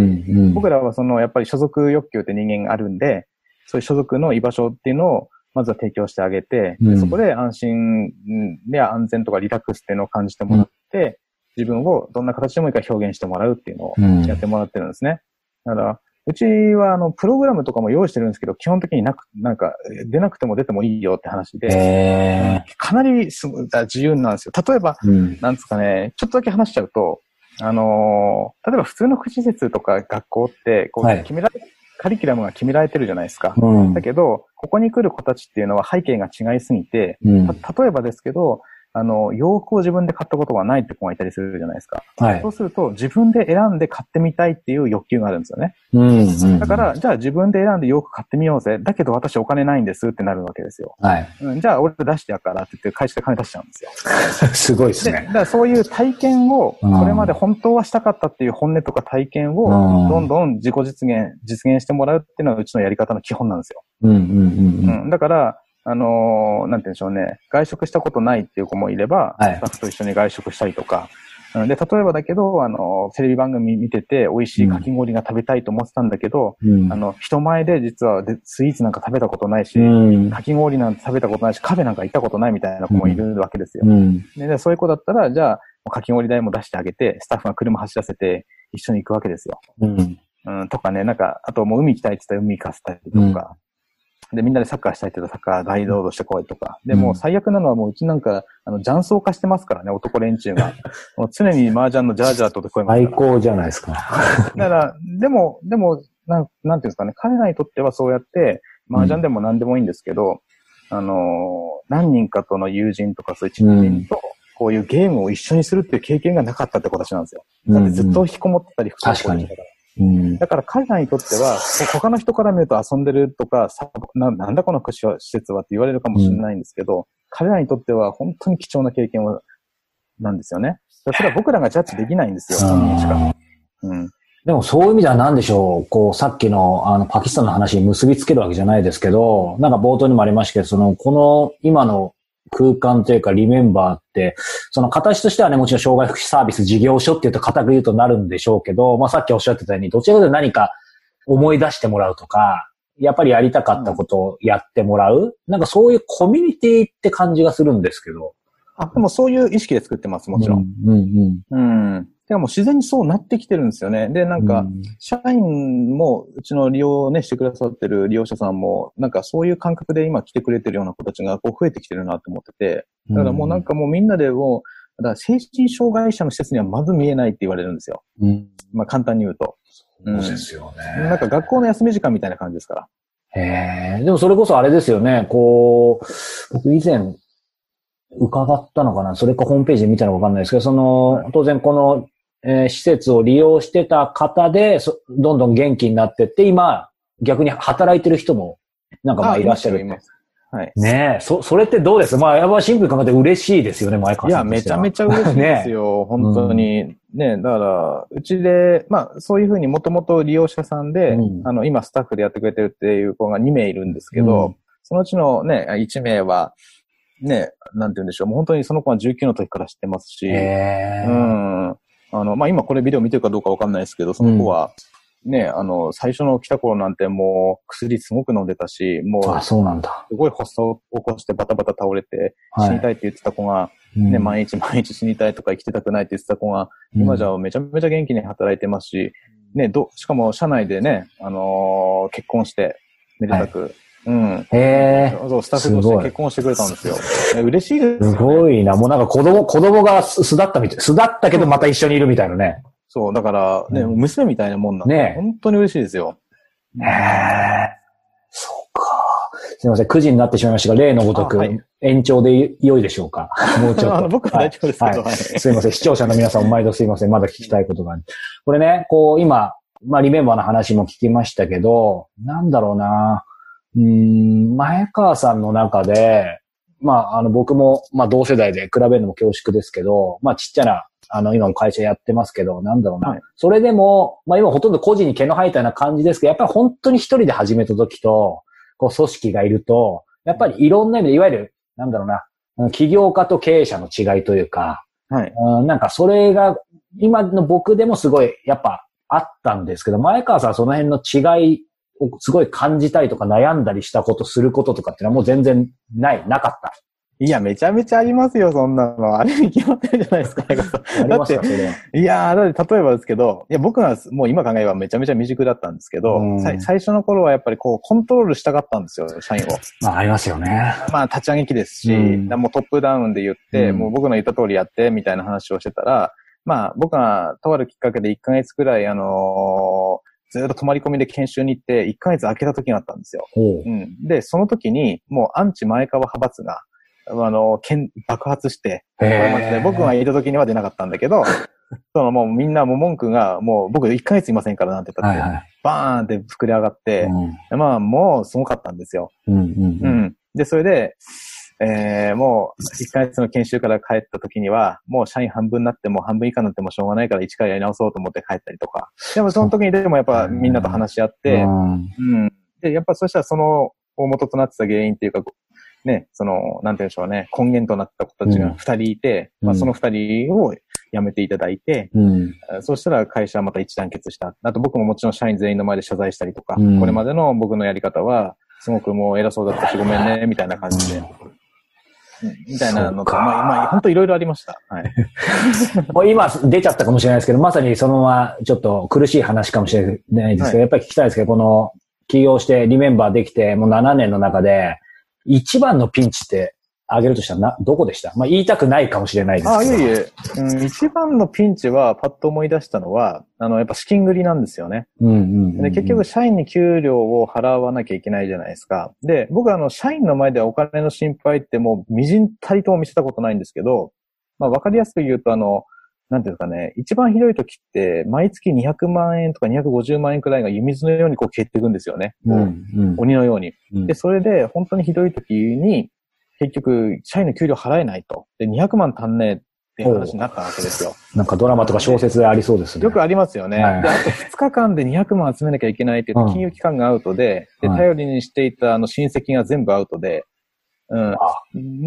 僕らはその、やっぱり所属欲求って人間があるんで、そういう所属の居場所っていうのを、まずは提供してあげて、うん、そこで安心や安全とかリラックスっていうのを感じてもらって、うん、自分をどんな形でもいいから表現してもらうっていうのをやってもらってるんですね。だから、うちはあの、プログラムとかも用意してるんですけど、基本的になく、なんか、出なくても出てもいいよって話で、 えー、 かなりす自由なんですよ。例えば、うん、なんですかね、ちょっとだけ話しちゃうと、あのー、例えば普通の福祉施設とか学校って、こう、決められ、はい、カリキュラムが決められてるじゃないですか。うん、だけど、ここに来る子たちっていうのは背景が違いすぎて、うん、た例えばですけど、あの、洋服を自分で買ったことがないって子がいたりするじゃないですか。はい。そうすると、自分で選んで買ってみたいっていう欲求があるんですよね。うんうんうん、だから、じゃあ自分で選んで洋服買ってみようぜ。だけど私お金ないんですってなるわけですよ。はい。うん、じゃあ俺出してやからって言って会社で金出しちゃうんですよ。 すごいですね。 だからそういう体験を、これまで本当はしたかったっていう本音とか体験を、どんどん自己実現、実現してもらうっていうのがうちのやり方の基本なんですよ。うんうんうんうん。うん、だから、あのー、なんて言うんでしょうね。外食したことないっていう子もいれば、はい、スタッフと一緒に外食したりとか。で、例えばだけど、あのー、テレビ番組見てて美味しいかき氷が食べたいと思ってたんだけど、うん、あの、人前で実はでスイーツなんか食べたことないし、うん、かき氷なんて食べたことないし、カフェなんか行ったことないみたいな子もいるわけですよ。うん、で, で、そういう子だったら、じゃあ、かき氷代も出してあげて、スタッフが車走らせて一緒に行くわけですよ。うんうん、とかね、なんか、あともう海行きたいって言ったら海行かせたりとか、うんで、みんなでサッカーしたいって言ったらサッカー大ロードしてこいとか。で、もう最悪なのはもううちなんか、あの、雀荘化してますからね、男連中が。もう常に麻雀のジャージャーと聞こえますから。 最高じゃないですか。 だから、でも、でも、なん、なんていうんですかね、彼らにとってはそうやって、麻雀でも何でもいいんですけど、うん、あの、何人かとの友人とかそういう知人と、こういうゲームを一緒にするっていう経験がなかったって子たちなんですよ。だってずっと引きこもってたり、 確かに。 うん、だから彼らにとっては、他の人から見ると遊んでるとか、な, なんだこの福祉施設はって言われるかもしれないんですけど、うん、彼らにとっては本当に貴重な経験をなんですよね。それは僕らがジャッジできないんですよ、本人しか。うん、 でもそういう意味では何でしょう、こうさっきのあのパキスタンの話に結びつけるわけじゃないですけど、なんか冒頭にもありましたけど、そのこの今の空間というかリメンバーって、その形としてはね、もちろん障害福祉サービス事業所っていうと固く言うとなるんでしょうけど、まあさっきおっしゃってたように、どちらかというと何か思い出してもらうとか、やっぱりやりたかったことをやってもらう、うん、なんかそういうコミュニティって感じがするんですけど。 あ、でもそういう意識で作ってます、もちろん。うん、うん、うん。うん。でももう自然にそうなってきてるんですよね。で、なんか、社員も、うちの利用をね、してくださってる利用者さんも、なんかそういう感覚で今来てくれてるような子たちがこう増えてきてるなと思ってて、だからもうなんかもうみんなでもう、だから精神障害者の施設にはまず見えないって言われるんですよ。うん、まあ簡単に言うと。 そうですよね、 うん。なんか学校の休み時間みたいな感じですから。 へえ。でもそれこそあれですよね、こう、僕以前、伺ったのかな、それかホームページで見たのかわかんないですけど、その、当然この、えー、施設を利用してた方でそ、どんどん元気になってって、今、逆に働いてる人も、なんかまあいらっしゃる。います。はい。ねえ、そ、それってどうです？まあ、やっぱシンプルに考えて嬉しいですよね、前川さん。 いや、めちゃめちゃ嬉しいですよ、ね、本当に。うん、ね、だから、うちで、まあ、そういうふうにもともと利用者さんで、うん、あの、今スタッフでやってくれてるっていう子がにめいいるんですけど、うん、そのうちのね、いちめいは、ね、なんて言うんでしょう、もう本当にその子はじゅうきゅうの時から知ってますし、へー、うん。あの、まあ、今これビデオ見てるかどうかわかんないですけど、その子は、ね、うん、あの、最初の来た頃なんてもう薬すごく飲んでたし、もう、 あ、そうなんだ。 すごい発作を起こしてバタバタ倒れて、死にたいって言ってた子が、はい、ね、うん、毎日毎日死にたいとか生きてたくないって言ってた子が、うん、今じゃめちゃめちゃ元気に働いてますし、ね、ど、しかも社内でね、あのー、結婚して、めでたく、はい、うん。 へー。 そう、スタッフとして結婚してくれたんですよ。す嬉しいですよ、ね。 すごいな。もうなんか子供、子供が巣立ったみたい。巣立ったけどまた一緒にいるみたいなね。 そう、だからね、うん、娘みたいなもんなんで、ね、本当に嬉しいですよ。 へー。そうか。すいません、くじになってしまいましたが、例のごとく、はい、延長で良いでしょうか。もうちょっと。 僕は大丈夫ですけど、 はいはい、すいません、視聴者の皆さんも毎度すいません、まだ聞きたいことがある。これね、こう今、まあリメンバーの話も聞きましたけど、なんだろうな。 うーん、前川さんの中で、まあ、あの、僕も、まあ、同世代で比べるのも恐縮ですけど、まあ、ちっちゃな、あの、今も会社やってますけど、なんだろうな。はい、それでも、まあ、今ほとんど個人に毛の生えたような感じですけど、やっぱり本当に一人で始めた時と、こう、組織がいると、やっぱりいろんな意味で、いわゆる、なんだろうな、起業家と経営者の違いというか、はい、うん、なんかそれが、今の僕でもすごい、やっぱあったんですけど、前川さんはその辺の違いをすごい感じたりとか悩んだりしたこと、することとかっていうのはもう全然ない、なかった。 いや、めちゃめちゃありますよ、そんなの。あれに決まってるじゃないですか。ありますか、それは。いやー、だって例えばですけど、いや、僕はもう今考えればめちゃめちゃ未熟だったんですけど、最初の頃はやっぱりこう、コントロールしたかったんですよ、社員を。 まあ、ありますよね。 まあ、立ち上げ期ですし、もうトップダウンで言って、もう僕の言った通りやって、みたいな話をしてたら、まあ、僕がとあるきっかけでいっかげつくらい、あのー、ずっと泊まり込みで研修に行って、いっかげつ空けた時があったんですよ。うん。で、その時に、もうアンチ前川派閥が、あの、爆発して、僕がいた時には出なかったんだけど、そのもうみんなもう文句が、もう僕いっかげついませんからなんて言ったって、はいはい、バーンって膨れ上がって、うん、まあもうすごかったんですよ。うんうんうんうん、で、それで、えー、もういっかげつの研修から帰った時には、もう社員半分になっても半分以下になってもしょうがないから一からやり直そうと思って帰ったりとか。でもその時にでもやっぱみんなと話し合って、うん、うん。で、やっぱそしたらその大元となってた原因っていうか、ね、その、なんて言うんでしょうね、根源となった子たちが二人いて、うん、まあその二人を辞めていただいて、うん、そうしたら会社はまた一致団結した。あと僕ももちろん社員全員の前で謝罪したりとか、うん、これまでの僕のやり方は、すごくもう偉そうだったしごめんね、みたいな感じで。うんみたいなのと、まあ、まあ、本当いろいろありました。はい。 もう今出ちゃったかもしれないですけど、まさにそのままちょっと苦しい話かもしれないですけど、はい、やっぱり聞きたいですけど、この起業してリメンバーできてもうななねんの中で、一番のピンチって挙げるとしたらな、どこでした？まあ言いたくないかもしれないですけど。 あ、いえいえ、うん。一番のピンチはパッと思い出したのは、あの、やっぱ資金繰りなんですよね。うんうんうんうん、で結局社員に給料を払わなきゃいけないじゃないですか。で、僕はあの、社員の前ではお金の心配ってもうみじんたりとも見せたことないんですけど、まあわかりやすく言うとあの、なんていうかね、一番ひどい時って、毎月にひゃくまんえんとかにひゃくごじゅうまんえんくらいが湯水のようにこう消えていくんですよね。うんうん、鬼のように、うん。で、それで本当にひどい時に、結局、社員の給料払えないと。で、にひゃくまん足んねえっていう話になったわけですよ。 なんかドラマとか小説でありそうですね。 よくありますよね。はい、で、あとふつかかんでにひゃくまん集めなきゃいけないって言うと、金融機関がアウトで、うん、で、頼りにしていたあの親戚が全部アウトで、うん。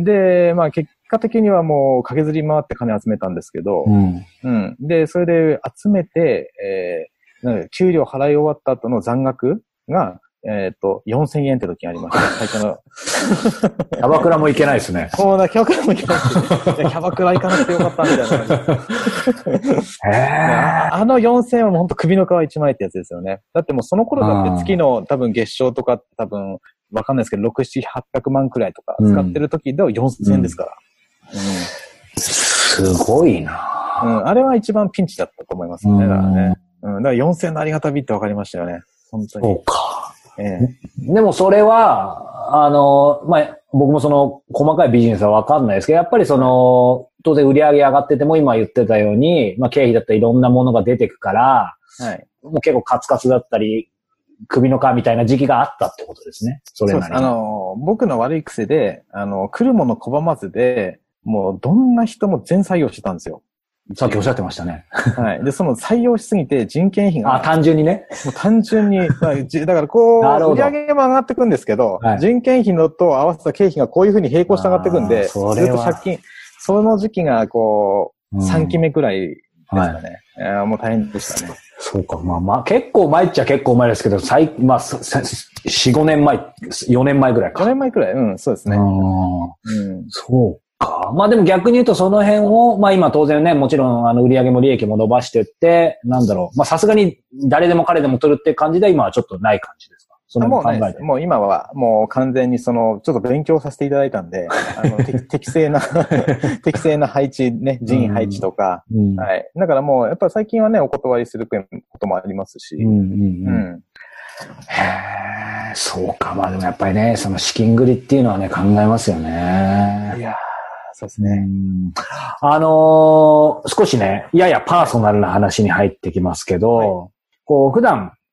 で、まあ結果的にはもう駆けずり回って金集めたんですけど、うん。うん。で、それで集めて、えー、なんか給料払い終わった後の残額が、えっ、ー、と、よんせんえんって時がありました。最初の。 キャバクラも行けないですね。 そうだ、キャバクラも行けないですね。キャバクラ行かなくてよかったみたいな感じ。へあのよんせんえんはもうほんと首の皮一枚ってやつですよね。だってもうその頃だって月の多分月賞とか多分わかんないですけど、ろく、なな、はっぴゃくまんくらいとか使ってる時ではよんせんえんですから。うんうん、 すごいな、 うん。あれは一番ピンチだったと思いますね。だからね。うん。だからよんせんえんのありがたみってわかりましたよね。本当に。 そうか。ええ、でもそれは、あの、まあ、僕もその細かいビジネスはわかんないですけど、やっぱりその、当然売り上げ上がってても今言ってたように、まあ経費だったりいろんなものが出てくから、はい。もう結構カツカツだったり、首の皮みたいな時期があったってことですね。それなりに。 そうです。あの、僕の悪い癖で、あの、来るもの拒まずで、もうどんな人も全採用してたんですよ。 さっきおっしゃってましたね。 はい。で、その採用しすぎて人件費が。 あ、単純にね。 もう単純に、だからこう、売り上げも上がっていくんですけど、はい、人件費のと合わせた経費がこういうふうに並行して上がっていくんで、ずっと借金、その時期がこう、さんきめくらいですかね。はい、もう大変でしたね。 そうか。まあまあ、結構前っちゃ結構前ですけど、最、まあ、よん、ごねんまえ、よねんまえくらいか。 よねんまえくらい、うん、そうですね。うん、 そうか。まあでも逆に言うとその辺を、まあ今当然ね、もちろんあの売上も利益も伸ばしてって、なんだろう。まあさすがに誰でも彼でも取るっていう感じで今はちょっとない感じですか？そのもう考えて。もう今はもう完全にその、ちょっと勉強させていただいたんで、あの、適正な、適正な配置ね、人員配置とか、うん、はい。だからもうやっぱ最近はね、お断りすることもありますし、うんうんうんうんへー、そうか。まあでもやっぱりね、その資金繰りっていうのはね、考えますよね。 いやー、そうですね。 あのー、少しね、ややパーソナルな話に入ってきますけど、はい、こう、普段、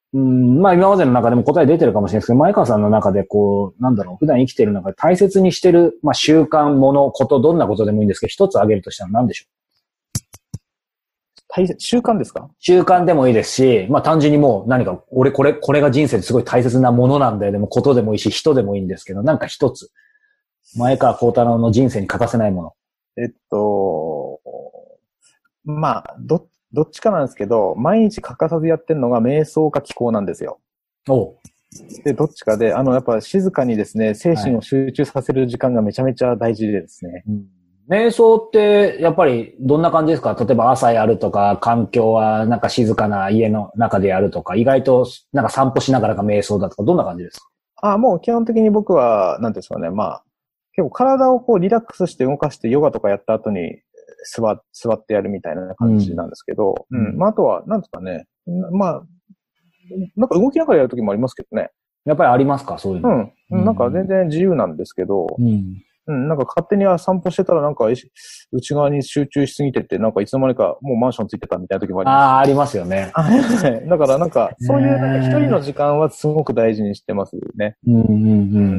うん、まあ今までの中でも答え出てるかもしれないですけど、前川さんの中でこう、なんだろう、普段生きてる中で大切にしてる、まあ習慣、もの、こと、どんなことでもいいんですけど、一つ挙げるとしたら何でしょう？ 大切、習慣ですか？ 習慣でもいいですし、まあ単純にもう何か、俺これ、これが人生ですごい大切なものなんだよ。でもことでもいいし、人でもいいんですけど、なんか一つ、前川幸太郎の人生に欠かせないもの。 えっと、まあ、ど、どっちかなんですけど、毎日欠かさずやってるのが瞑想か気功なんですよ。 おう。 で、どっちかで、あの、やっぱ静かにですね、精神を集中させる時間がめちゃめちゃ大事でですね。 うん、瞑想って、やっぱりどんな感じですか？例えば朝やるとか、環境はなんか静かな家の中でやるとか、意外となんか散歩しながらが瞑想だとか、どんな感じですか？ あ、もう基本的に僕は、なんていうんですかね、まあ、結構体をこうリラックスして動かしてヨガとかやった後に座、座ってやるみたいな感じなんですけど、うん。うん、まあ、あとは、なんですかね、まあ、なんか動きながらやるときもありますけどね。 やっぱりありますか？そういうの。 うん。うん、なんか全然自由なんですけど、うん。うん、なんか勝手に散歩してたらなんか内側に集中しすぎてて、なんかいつの間にかもうマンションついてたみたいな時もあります。 ああ、ありますよね。 だからなんか、そういうなんか一人の時間はすごく大事にしてますね。 うんうんうん。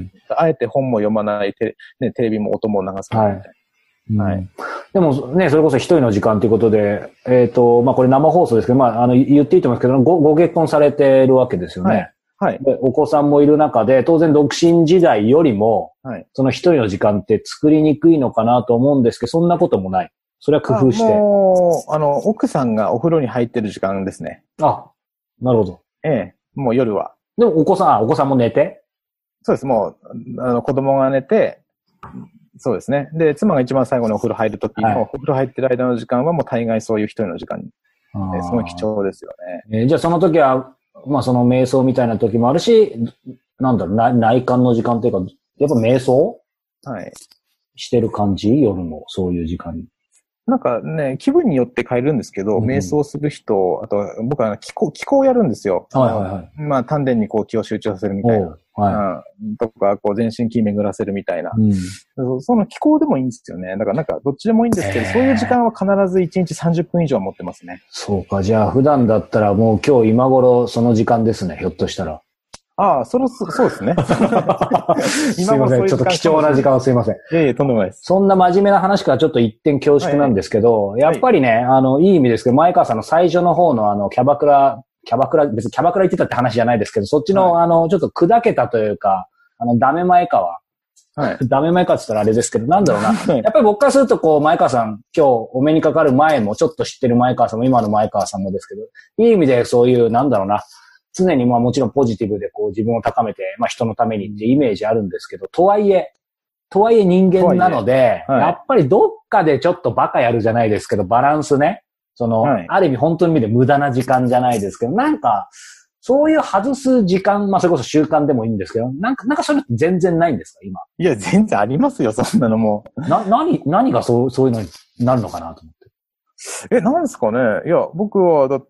あえて本も読まない、テレ、ね、テレビも音も流さないみたいな。はい。はい、 でもね、それこそ一人の時間ということで、えっ、ー、と、まあこれ生放送ですけど、まああの言っていいと思いますけど、ご、ご結婚されてるわけですよね。はい。はい。でお子さんもいる中で、当然独身時代よりも、はい、その一人の時間って作りにくいのかなと思うんですけど、そんなこともない。それは工夫して。 もう、あの、奥さんがお風呂に入ってる時間ですね。 あ、なるほど。 ええ、もう夜は。 でもお子さん、お子さんも寝て？ そうです、もう、あの、子供が寝て、そうですね。で、妻が一番最後にお風呂入るときの、はい、お風呂入ってる間の時間はもう大概そういう一人の時間に。すごい貴重ですよね。 えー、じゃあその時は、まあその瞑想みたいな時もあるし、なんだろう、内観の時間というか、やっぱ瞑想はい。 してる感じ？夜もそういう時間に。 なんかね、気分によって変えるんですけど、うん、瞑想する人、あと僕は気候、気候やるんですよ。 はいはいはい。 まあ丹田にこう気を集中させるみたいな。はい。うん、とか、こう全身気巡らせるみたいな。うん、その気候でもいいんですよね。だからなんかどっちでもいいんですけど、そういう時間は必ずいちにちさんじゅっぷん以上持ってますね。 そうか。じゃあ普段だったらもう今日今頃その時間ですね。ひょっとしたら。 ああ、そろそ、そうですね。 すいません。ちょっと貴重な時間をすいません。いえいえ、とんでもないです。 そんな真面目な話からちょっと一点恐縮なんですけど、はいはい、やっぱりね、あの、いい意味ですけど、前川さんの最初の方のあの、キャバクラ、キャバクラ、別にキャバクラ行ってたって話じゃないですけど、そっちの、はい、あの、ちょっと砕けたというか、あの、ダメ前川。はい。ダメ前川って言ったらあれですけど、なんだろうな。やっぱり僕からすると、こう、前川さん、今日お目にかかる前も、ちょっと知ってる前川さんも、今の前川さんもですけど、いい意味でそういう、なんだろうな。常にまあもちろんポジティブでこう自分を高めて、まあ人のためにってイメージあるんですけど、とはいえ、とはいえ人間なので、はい、やっぱりどっかでちょっとバカやるじゃないですけど、バランスね。その、はい、ある意味本当の意味で無駄な時間じゃないですけど、なんか、そういう外す時間、まあそれこそ習慣でもいいんですけど、なんか、なんかそれって全然ないんですか、今。 いや、全然ありますよ、そんなのもう。な、何、何がそう、そういうのになるのかなと思って。 え、なんですかね。いや、僕はだって、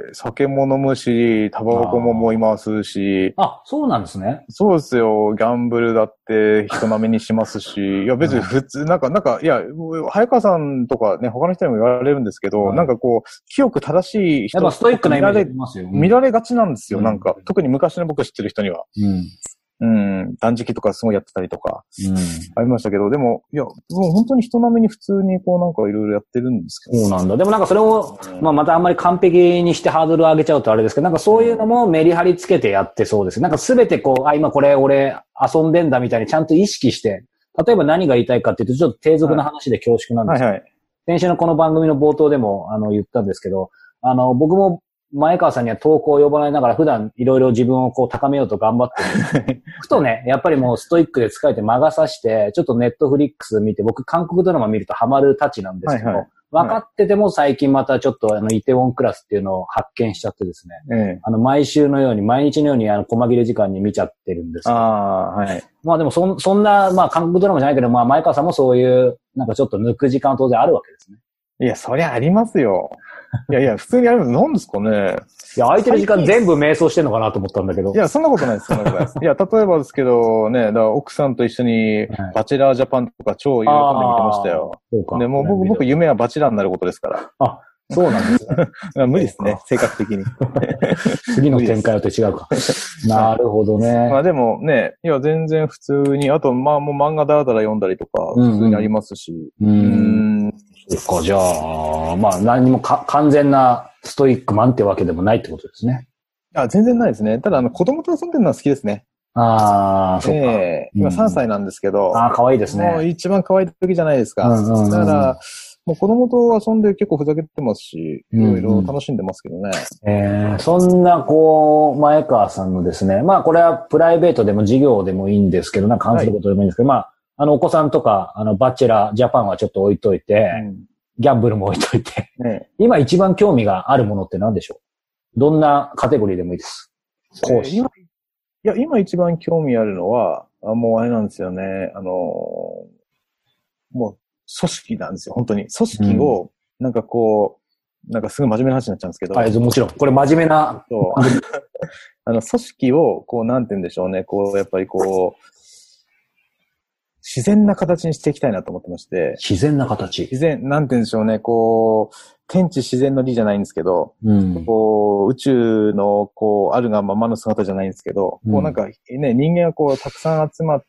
酒も飲むし、タバコももいますし。 あ、そうなんですね。 そうですよ。ギャンブルだって人並みにしますし。いや、別に普通、なんか、なんか、いや、早川さんとかね、他の人にも言われるんですけど、はい、なんかこう、清く正しい人やっぱストイックなイメージありますよ、 ね。見られがちなんですよ、うん、なんか。特に昔の僕知ってる人には。うんうん、断食とかすごいやってたりとか、うん、ありましたけど、でも、いや、もう本当に人並みに普通にこうなんかいろいろやってるんですけど。 そうなんだ。でもなんかそれを、うん、まあまたあんまり完璧にしてハードルを上げちゃうとあれですけど、なんかそういうのもメリハリつけてやってそうです。なんかすべてこう、あ、今これ俺遊んでんだみたいにちゃんと意識して、例えば何が言いたいかっていうと、ちょっと低俗な話で恐縮なんですけど、はいはいはい、先週のこの番組の冒頭でもあの言ったんですけど、あの、僕も前川さんには投稿を呼ばないながら普段いろいろ自分をこう高めようと頑張ってる。ふとね、やっぱりもうストイックで疲れて魔が差して、ちょっとネットフリックス見て、僕韓国ドラマ見るとハマるたちなんですけど、はいはい、分かってても最近またちょっとあのイテウォンクラスっていうのを発見しちゃってですね。ええ、あの毎週のように毎日のようにあの細切れ時間に見ちゃってるんですけど。あはい。まあでもそん、そんな、まあ韓国ドラマじゃないけど、まあ前川さんもそういうなんかちょっと抜く時間は当然あるわけですね。 いや、そりゃありますよ。いやいや、普通にあります。何ですかね。 いや、空いてる時間全部瞑想してんのかなと思ったんだけど。 いや、そんなことないです。そんなことないです。いや、例えばですけどね、だから奥さんと一緒にバチェラージャパンとか超喜んで見てましたよ。そうか。でも僕、僕夢はバチェラーになることですから。 あ、 そうなんですね。 無理ですね、性格的に。 次の展開はと違うか。なるほどね。 まあでもね、いや全然普通に、あとまあもう漫画だらだら読んだりとか、普通にありますし。 うん、うん。うん。そっか、じゃあ、まあ何もか完全なストイックマンってわけでもないってことですね。 あ、全然ないですね。ただあの子供と遊んでるのは好きですね。 ああ、そうか。 ええー、今さんさいなんですけど。 うん、ああ、可愛いですね。 もう一番可愛い時じゃないですか。 うんうんうん、 だから、もう子供と遊んで結構ふざけてますし、いろいろ楽しんでますけどね。 うんうん、えー、そんな、こう、前川さんのですね、まあこれはプライベートでも授業でもいいんですけど、なんか関することでもいいんですけど、はい、まあ、あの、お子さんとか、あの、バチェラー、ジャパンはちょっと置いといて、うん、ギャンブルも置いといて、ね、今一番興味があるものって何でしょう？どんなカテゴリーでもいいです。講師。 えー、今いや、今一番興味あるのは、あもうあれなんですよね。あのー、もう組織なんですよ、本当に。組織を、なんかこう、うん、なんかすごい真面目な話になっちゃうんですけど。 はい、もちろん。これ真面目な。 そう。あの、組織を、こう、なんて言うんでしょうね。こう、やっぱりこう、自然な形にしていきたいなと思ってまして。 自然な形自然、なんて言うんでしょうね。こう、天地自然の理じゃないんですけど、うん、こう、宇宙の、こう、あるがままの姿じゃないんですけど、うん、こうなんか、ね、人間がこう、たくさん集まって、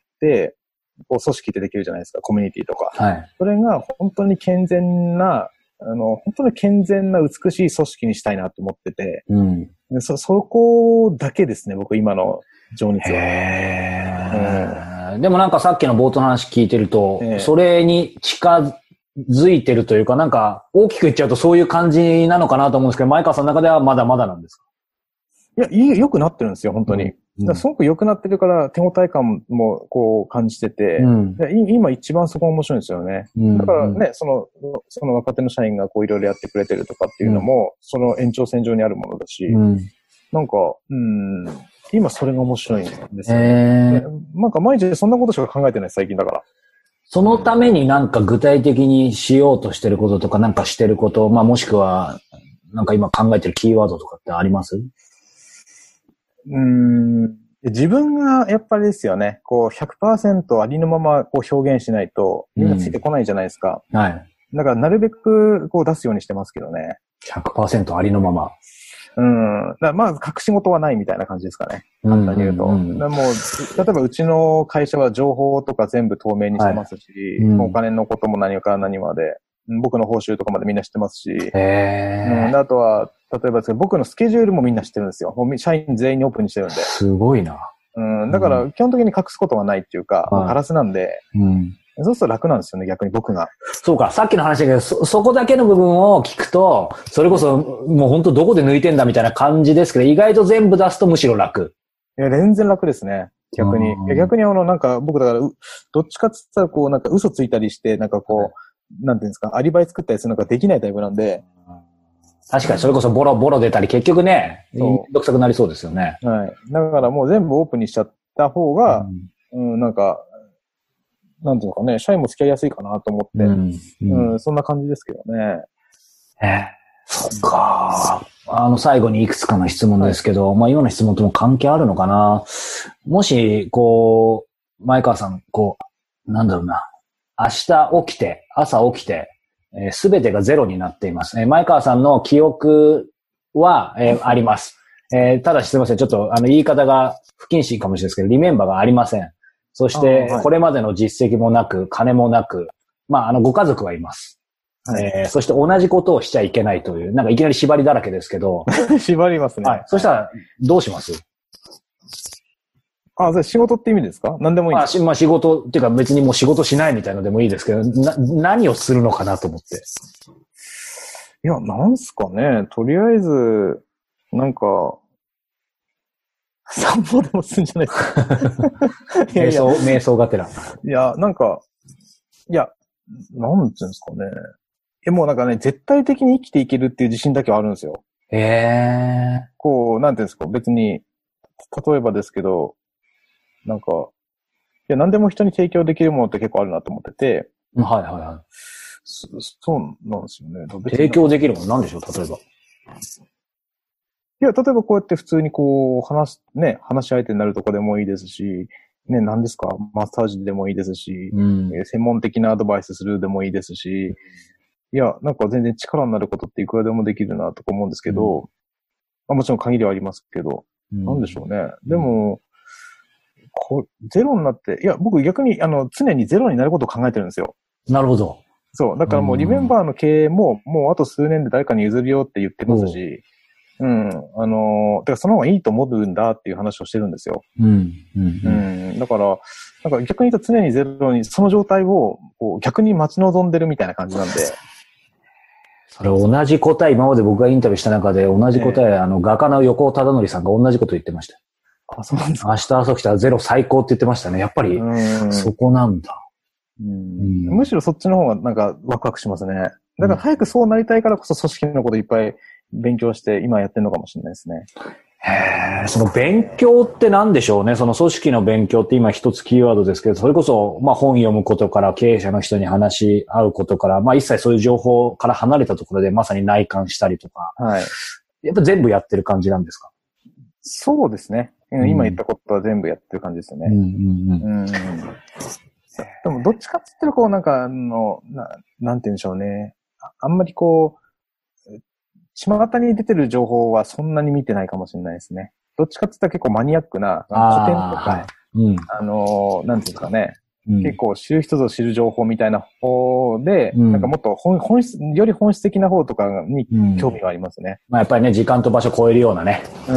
こう、組織ってできるじゃないですか、コミュニティとか。 はい。 それが本当に健全な、あの、本当に健全な美しい組織にしたいなと思ってて、うん、そ、そこだけですね、僕今の情熱は。 へー、うん。でもなんかさっきの冒頭の話聞いてると、それに近づいてるというか、なんか大きく言っちゃうとそういう感じなのかなと思うんですけど、前川さんの中ではまだまだなんですか？ いや、いい、良くなってるんですよ、本当に。うん、だすごく良くなってるから手応え感もこう感じてて、うん、今一番そこが面白いんですよね。うん、だからね、その、その若手の社員がこういろいろやってくれてるとかっていうのも、うん、その延長線上にあるものだし、うん、なんか、うん、今それが面白いんですよね。なんか毎日そんなことしか考えてない、最近だから。 そのためになんか具体的にしようとしてることとかなんかしてること、まあもしくは、なんか今考えてるキーワードとかってあります？ うーん、自分がやっぱりですよね、こう ひゃくパーセント ありのままこう表現しないとみんなついてこないじゃないですか。うん、はい。だからなるべくこう出すようにしてますけどね。 ひゃくパーセント ありのまま。 うん。だまず隠し事はないみたいな感じですかね。簡単に言うと。うんうんうん、だもう、例えばうちの会社は情報とか全部透明にしてますし、はいうん、お金のことも何から何まで、僕の報酬とかまでみんな知ってますし、へうん、あとは、例えばですけど、僕のスケジュールもみんな知ってるんですよ。もう社員全員にオープンにしてるんで。 すごいな。 うん、だから基本的に隠すことはないっていうか、うん、ガラスなんで、うんそうすると楽なんですよね、逆に僕が。 そうか、さっきの話だけど、そ、そこだけの部分を聞くと、それこそ、もう本当どこで抜いてんだみたいな感じですけど、意外と全部出すとむしろ楽。 いや、全然楽ですね。逆に。いや逆にあの、なんか、僕だから、どっちかって言ったら、こう、なんか嘘ついたりして、なんかこう、はい、なんていうんですか、アリバイ作ったりするのができないタイプなんで。 確かに、それこそボロボロ出たり、結局ね、めんどくさくなりそうですよね。 はい。だからもう全部オープンにしちゃった方が、うん、うん、なんか、なんていうのかね、社員も付き合いやすいかなと思って、うんうんうん、そんな感じですけどね。 えー、そっか。あの、最後にいくつかの質問ですけど、はい、まあ今の質問とも関係あるのかな。もし、こう、前川さん、こう、なんだろうな。明日起きて、朝起きて、すべ、えー、てがゼロになっています。えー、前川さんの記憶は、えー、あります。えー、ただすみません。ちょっと、あの、言い方が不謹慎かもしれないですけど、リメンバーがありません。そして、これまでの実績もなく、金もなく、まあ、あの、ご家族はいます。はい、えー、そして同じことをしちゃいけないという、なんかいきなり縛りだらけですけど。 縛りますね。はい。 そしたら、どうします？ あ、それ仕事って意味ですか？何でもいいですか？ まあ、まあ、仕事、っていうか別にもう仕事しないみたいのでもいいですけど、な、何をするのかなと思って。 いや、なんすかね。とりあえず、なんか、散歩でもするんじゃないですか。 瞑想、瞑想がてら。 いや、なんか、いや、なんていうんですかね。え、もうなんかね、絶対的に生きていけるっていう自信だけはあるんですよ。 へえ。 こう、なんていうんですか、別に、例えばですけど、なんか、いや、何でも人に提供できるものって結構あるなと思ってて。 はいはいはい。 そ、そうなんですよね。 提供できるものなんでしょう、例えば。 いや、例えばこうやって普通にこう、話す、ね、話し相手になるとかでもいいですし、ね、何ですか、マッサージでもいいですし、うん、専門的なアドバイスするでもいいですし、 いや、なんか全然力になることっていくらでもできるなとか思うんですけど、うん、まあ、もちろん限りはありますけど、うん、なんでしょうね。でも、こゼロになって、いや、僕逆に、あの、常にゼロになることを考えてるんですよ。 なるほど。 そう。だからもう、リメンバーの経営も、もうあと数年で誰かに譲るよって言ってますし、うん。あの、だからその方がいいと思うんだっていう話をしてるんですよ。 うん。うん。うんうん、だから、なんか逆に言うと常にゼロに、その状態をこう逆に待ち望んでるみたいな感じなんで。 それ同じ答え、今まで僕がインタビューした中で同じ答え、えー、あの、画家の横尾忠則さんが同じこと言ってました。 あ、そうなんですか。 明日朝起きたらゼロ最高って言ってましたね。やっぱり、そこなんだ。 うんうん、むしろそっちの方がなんかワクワクしますね。だから早くそうなりたいからこそ組織のこといっぱい勉強して今やってるのかもしれないですね。 へー、その勉強って何でしょうね。その組織の勉強って今一つキーワードですけど、それこそ、まあ本読むことから経営者の人に話し合うことから、まあ一切そういう情報から離れたところでまさに内観したりとか。はい。やっぱ全部やってる感じなんですか？ そうですね。うん、今言ったことは全部やってる感じですよね。うんうんうん。うん、でもどっちかって言ったらこうなんかあの、な、なんて言うんでしょうね。あ, あんまりこう、巷に出てる情報はそんなに見てないかもしれないですね。どっちかって言ったら結構マニアックな、古典とか、はいうん、あの、なんていうんですかね、うん、結構知る人ぞ知る情報みたいな方で、うん、なんかもっと 本, 本質、より本質的な方とかに興味がありますね。 うん、まあやっぱりね、時間と場所を超えるようなね、うん、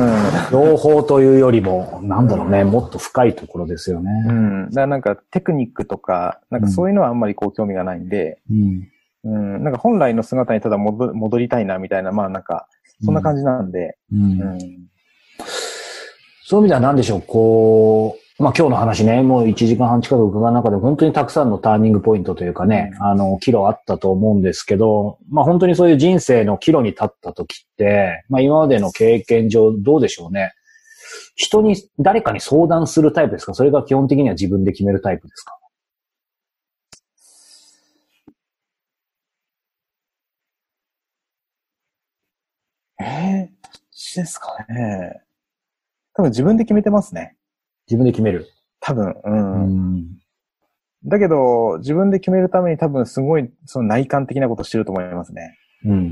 情報というよりも、なんだろうね、うん、もっと深いところですよね。 うん。だからなんかテクニックとか、なんかそういうのはあんまりこう興味がないんで、うんうん、なんか本来の姿にただ戻、戻りたいなみたいな、まあなんか、そんな感じなんで。うんうん、 そういう意味では何でしょう、こう、まあ今日の話ね、もういちじかんはん近く伺う中で本当にたくさんのターニングポイントというかね、うん、あの、岐路あったと思うんですけど、まあ本当にそういう人生の岐路に立った時って、まあ今までの経験上どうでしょうね。人に、誰かに相談するタイプですか？それが基本的には自分で決めるタイプですか？ えー、どっちですかね。多分自分で決めてますね。 自分で決める。 多分、うん。うんだけど、自分で決めるために多分すごい、その内観的なことをしてると思いますね。うん、うん、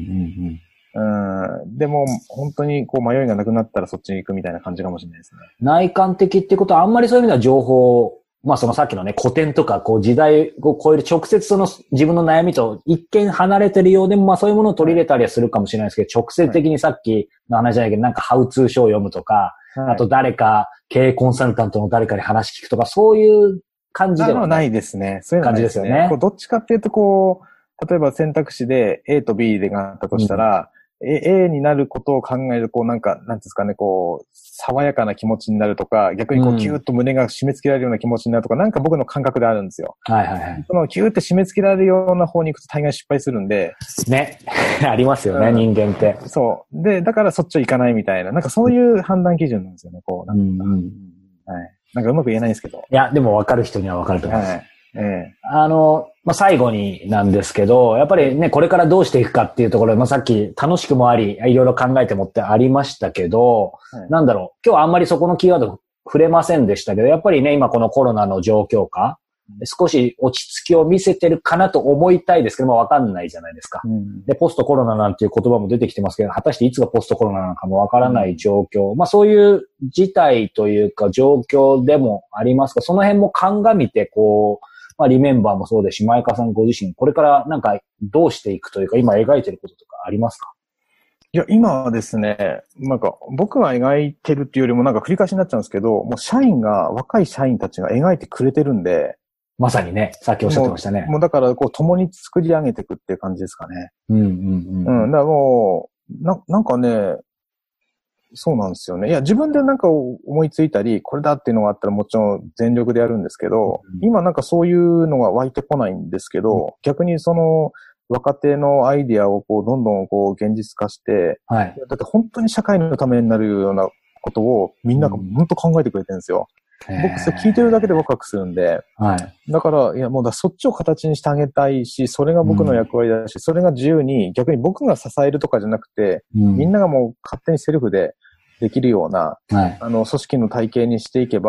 うん。うん。でも、本当にこう迷いがなくなったらそっちに行くみたいな感じかもしれないですね。 内観的ってことはあんまりそういう意味では情報まあそのさっきのね、古典とかこう時代を超える直接その自分の悩みと一見離れてるようでもまあそういうものを取り入れたりはするかもしれないですけど、直接的にさっきの話じゃないけどなんかハウツー書を読むとか、はい、あと誰か経営コンサルタントの誰かに話聞くとかそういう感じではないですね。そういう感じですよね。 こうどっちかっていうとこう、例えば選択肢で A と B があったとしたら、うん、A になることを考えると、こうなんか、なんですかね、こう、爽やかな気持ちになるとか、逆にこう、キューッと胸が締め付けられるような気持ちになるとか、うん、なんか僕の感覚であるんですよ。はいはいはい。その、キューッと締め付けられるような方に行くと大概失敗するんで。 ね。ありますよね、うん、人間って。 そう。で、だからそっちは行かないみたいな、なんかそういう判断基準なんですよね、こう。なんか、うんうん、はい。なんかうまく言えないんですけど。 いや、でも分かる人には分かると思います。はい。ええ、あの、まあ、最後になんですけど、やっぱりね、これからどうしていくかっていうところで、まあ、さっき楽しくもあり、いろいろ考えてもってありましたけど、はい、なんだろう、今日はあんまりそこのキーワード触れませんでしたけど、やっぱりね、今このコロナの状況下、少し落ち着きを見せてるかなと思いたいですけども、わかんないじゃないですか、うん。で、ポストコロナなんていう言葉も出てきてますけど、果たしていつがポストコロナなのかもわからない状況。うん、まあそういう事態というか状況でもありますが、その辺も鑑みて、こう、まあリメンバーもそうですし、前川さんご自身、これからなんかどうしていくというか、今描いてることとかありますか？ いや、今はですね、なんか僕が描いてるっていうよりもなんか繰り返しになっちゃうんですけど、もう社員が、若い社員たちが描いてくれてるんで、 まさにね、さっきおっしゃってましたね。 もう、もうだからこう共に作り上げていくっていう感じですかね。うんうんうん。うん、だからもう、な、なんかね、そうなんですよね。いや、自分でなんか思いついたり、これだっていうのがあったらもちろん全力でやるんですけど、うん、今なんかそういうのが湧いてこないんですけど、うん、逆にその若手のアイディアをこうどんどんこう現実化して、はい、だって本当に社会のためになるようなことをみんなが本当考えてくれてるんですよ。うん、僕それ聞いてるだけでワクワクするんで、はい、だから、いやもうだそっちを形にしてあげたいし、それが僕の役割だし、うん、それが自由に、逆に僕が支えるとかじゃなくて、うん、みんながもう勝手にセルフでできるような、はい、あの、組織の体系にしていけば、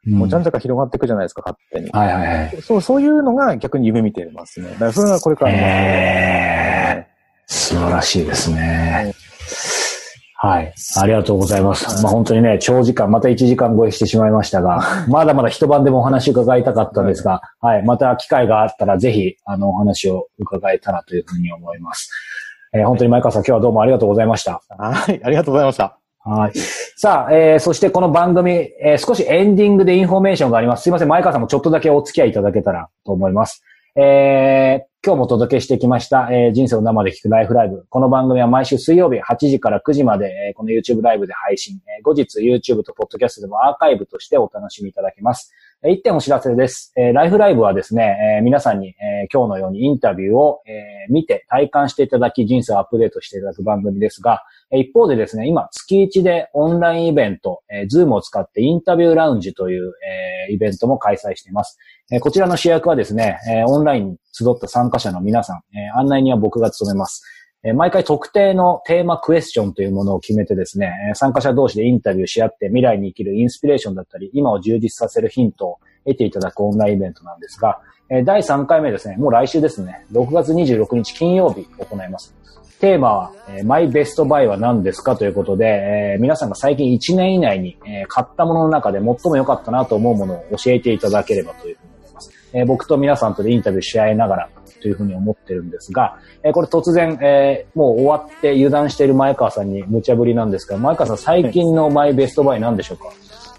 もうじゃんじゃか広がっていくじゃないですか、勝手に。 はいはいはい。 そう、そういうのが逆に夢見てますね。だからそれがこれからの、 えー、素晴らしいですね。はい。ありがとうございます。まあ本当にね、長時間、またいちじかん超えしてしまいましたが、まだまだ一晩でもお話伺いたかったんですが、はい、はい。また機会があったらぜひ、あの、お話を伺えたらというふうに思います。えー、本当に前川さん、今日はどうもありがとうございました。 はい、ありがとうございました。 はい。さあ、えー、そしてこの番組、えー、少しエンディングでインフォメーションがあります。すいません、前川さんもちょっとだけお付き合いいただけたらと思います。えー、今日もお届けしてきました、えー、人生を生で聞くライフライブ。この番組は毎週水曜日はちじからくじまで、えー、この YouTube ライブで配信。えー、後日 YouTube と Podcast でもアーカイブとしてお楽しみいただけます。えー、一点お知らせです。えー、ライフライブはですね、えー、皆さんに、えー、今日のようにインタビューを、えー、見て体感していただき人生をアップデートしていただく番組ですが、えー、一方でですね、今月いちでオンラインイベント、えー、Zoom を使ってインタビューラウンジという、えー、イベントも開催しています。えー、こちらの主役はですね、えー、オンラインに集った参加者の皆さん、えー、案内人は僕が務めます。えー、毎回特定のテーマクエスチョンというものを決めてですね、えー、参加者同士でインタビューし合って未来に生きるインスピレーションだったり、今を充実させるヒントを得ていただくオンラインイベントなんですが、えー、だいさんかいめですね、もう来週ですね、ろくがつにじゅうろくにち金曜日行います。テーマは、えー、マイベストバイは何ですかということで、えー、皆さんが最近いちねん以内に、えー、買ったものの中で最も良かったなと思うものを教えていただければというふうに思います。えー、僕と皆さんとでインタビューし合いながらというふうに思ってるんですが、えー、これ突然、えー、もう終わって油断している前川さんに無茶ぶりなんですが、前川さん最近のマイベストバイ何でしょうか？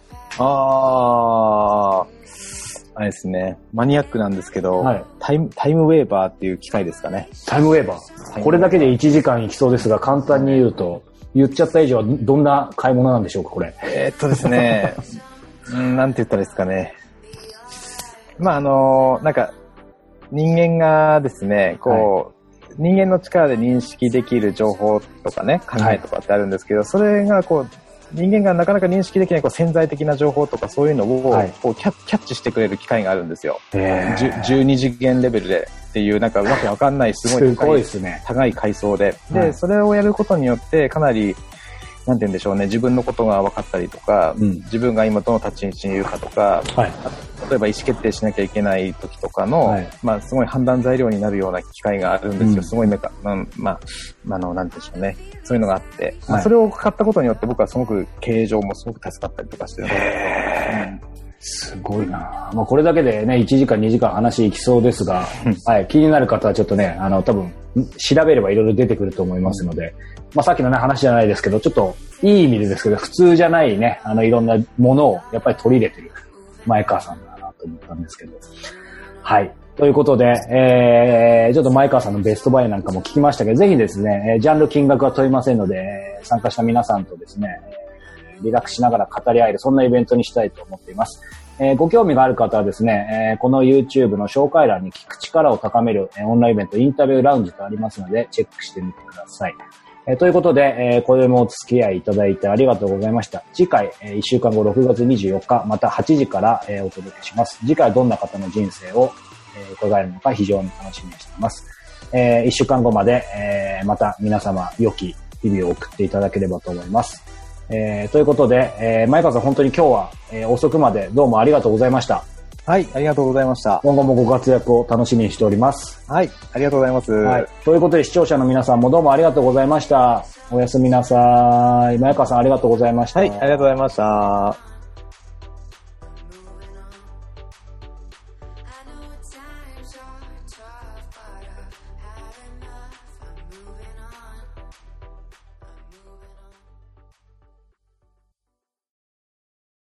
あー、あれですね、マニアックなんですけど、はい、タイム、タイムウェーバーっていう機械ですかね。 タイムウェーバー。これだけでいちじかんいきそうですが、簡単に言うと、言っちゃった以上はどんな買い物なんでしょうか、これ。 えー、っとですね、うん、なんて言ったらいいですかね。まあ、あの、なんか、人間がですね、こう、はい、人間の力で認識できる情報とかね、考えとかってあるんですけど、はい、それがこう、人間がなかなか認識できないこう潜在的な情報とかそういうのを、はい、こうキャッ、キャッチしてくれる機械があるんですよ。じゅうにじげんレベルでっていうなんかわけわかんないすごい高い、すごいですね、高い階層で、で、はい、それをやることによってかなりなんて言うんでしょうね、自分のことが分かったりとか、うん、自分が今どの立ち位置にいるかとか、はい、例えば意思決定しなきゃいけない時とかの、はい、まあすごい判断材料になるような機会があるんですよ。うん、すごいメカ、まあ、まあ、あの、なんて言うんでしょうね。そういうのがあって、はい、まあ、それを買ったことによって僕はすごく経営上もすごく助かったりとかしてるんですけど、うん、 すごいな。まあこれだけでね、いちじかんにじかん話いきそうですが、はい、気になる方はちょっとね、あの、多分、調べればいろいろ出てくると思いますので、うん、まあさっきのね、話じゃないですけど、ちょっと、いい意味でですけど、普通じゃないね、あの、いろんなものをやっぱり取り入れてる前川さんだなと思ったんですけど。はい。ということで、えー、ちょっと前川さんのベストバイなんかも聞きましたけど、ぜひですね、ジャンル金額は問いませんので、参加した皆さんとですね、リラックスしながら語り合える、そんなイベントにしたいと思っています。えー、ご興味がある方はですね、えー、この YouTube の紹介欄に聞く力を高める、えー、オンラインイベントインタビューラウンジとありますので、チェックしてみてください。えー、ということで、えー、これもお付き合いいただいてありがとうございました。次回、えー、いっしゅうかんごろくがつにじゅうよっか、またはちじから、えー、お届けします。次回どんな方の人生を、えー、伺えるのか非常に楽しみにしています。えー、いっしゅうかんごまで、えー、また皆様良き日々を送っていただければと思います。えー、ということで、えー、前川さん本当に今日は、えー、遅くまでどうもありがとうございました。 はい、ありがとうございました。 今後もご活躍を楽しみにしております。 はい、ありがとうございます。 はい、ということで視聴者の皆さんもどうもありがとうございました。おやすみなさい。前川さんありがとうございました。 はい、ありがとうございました。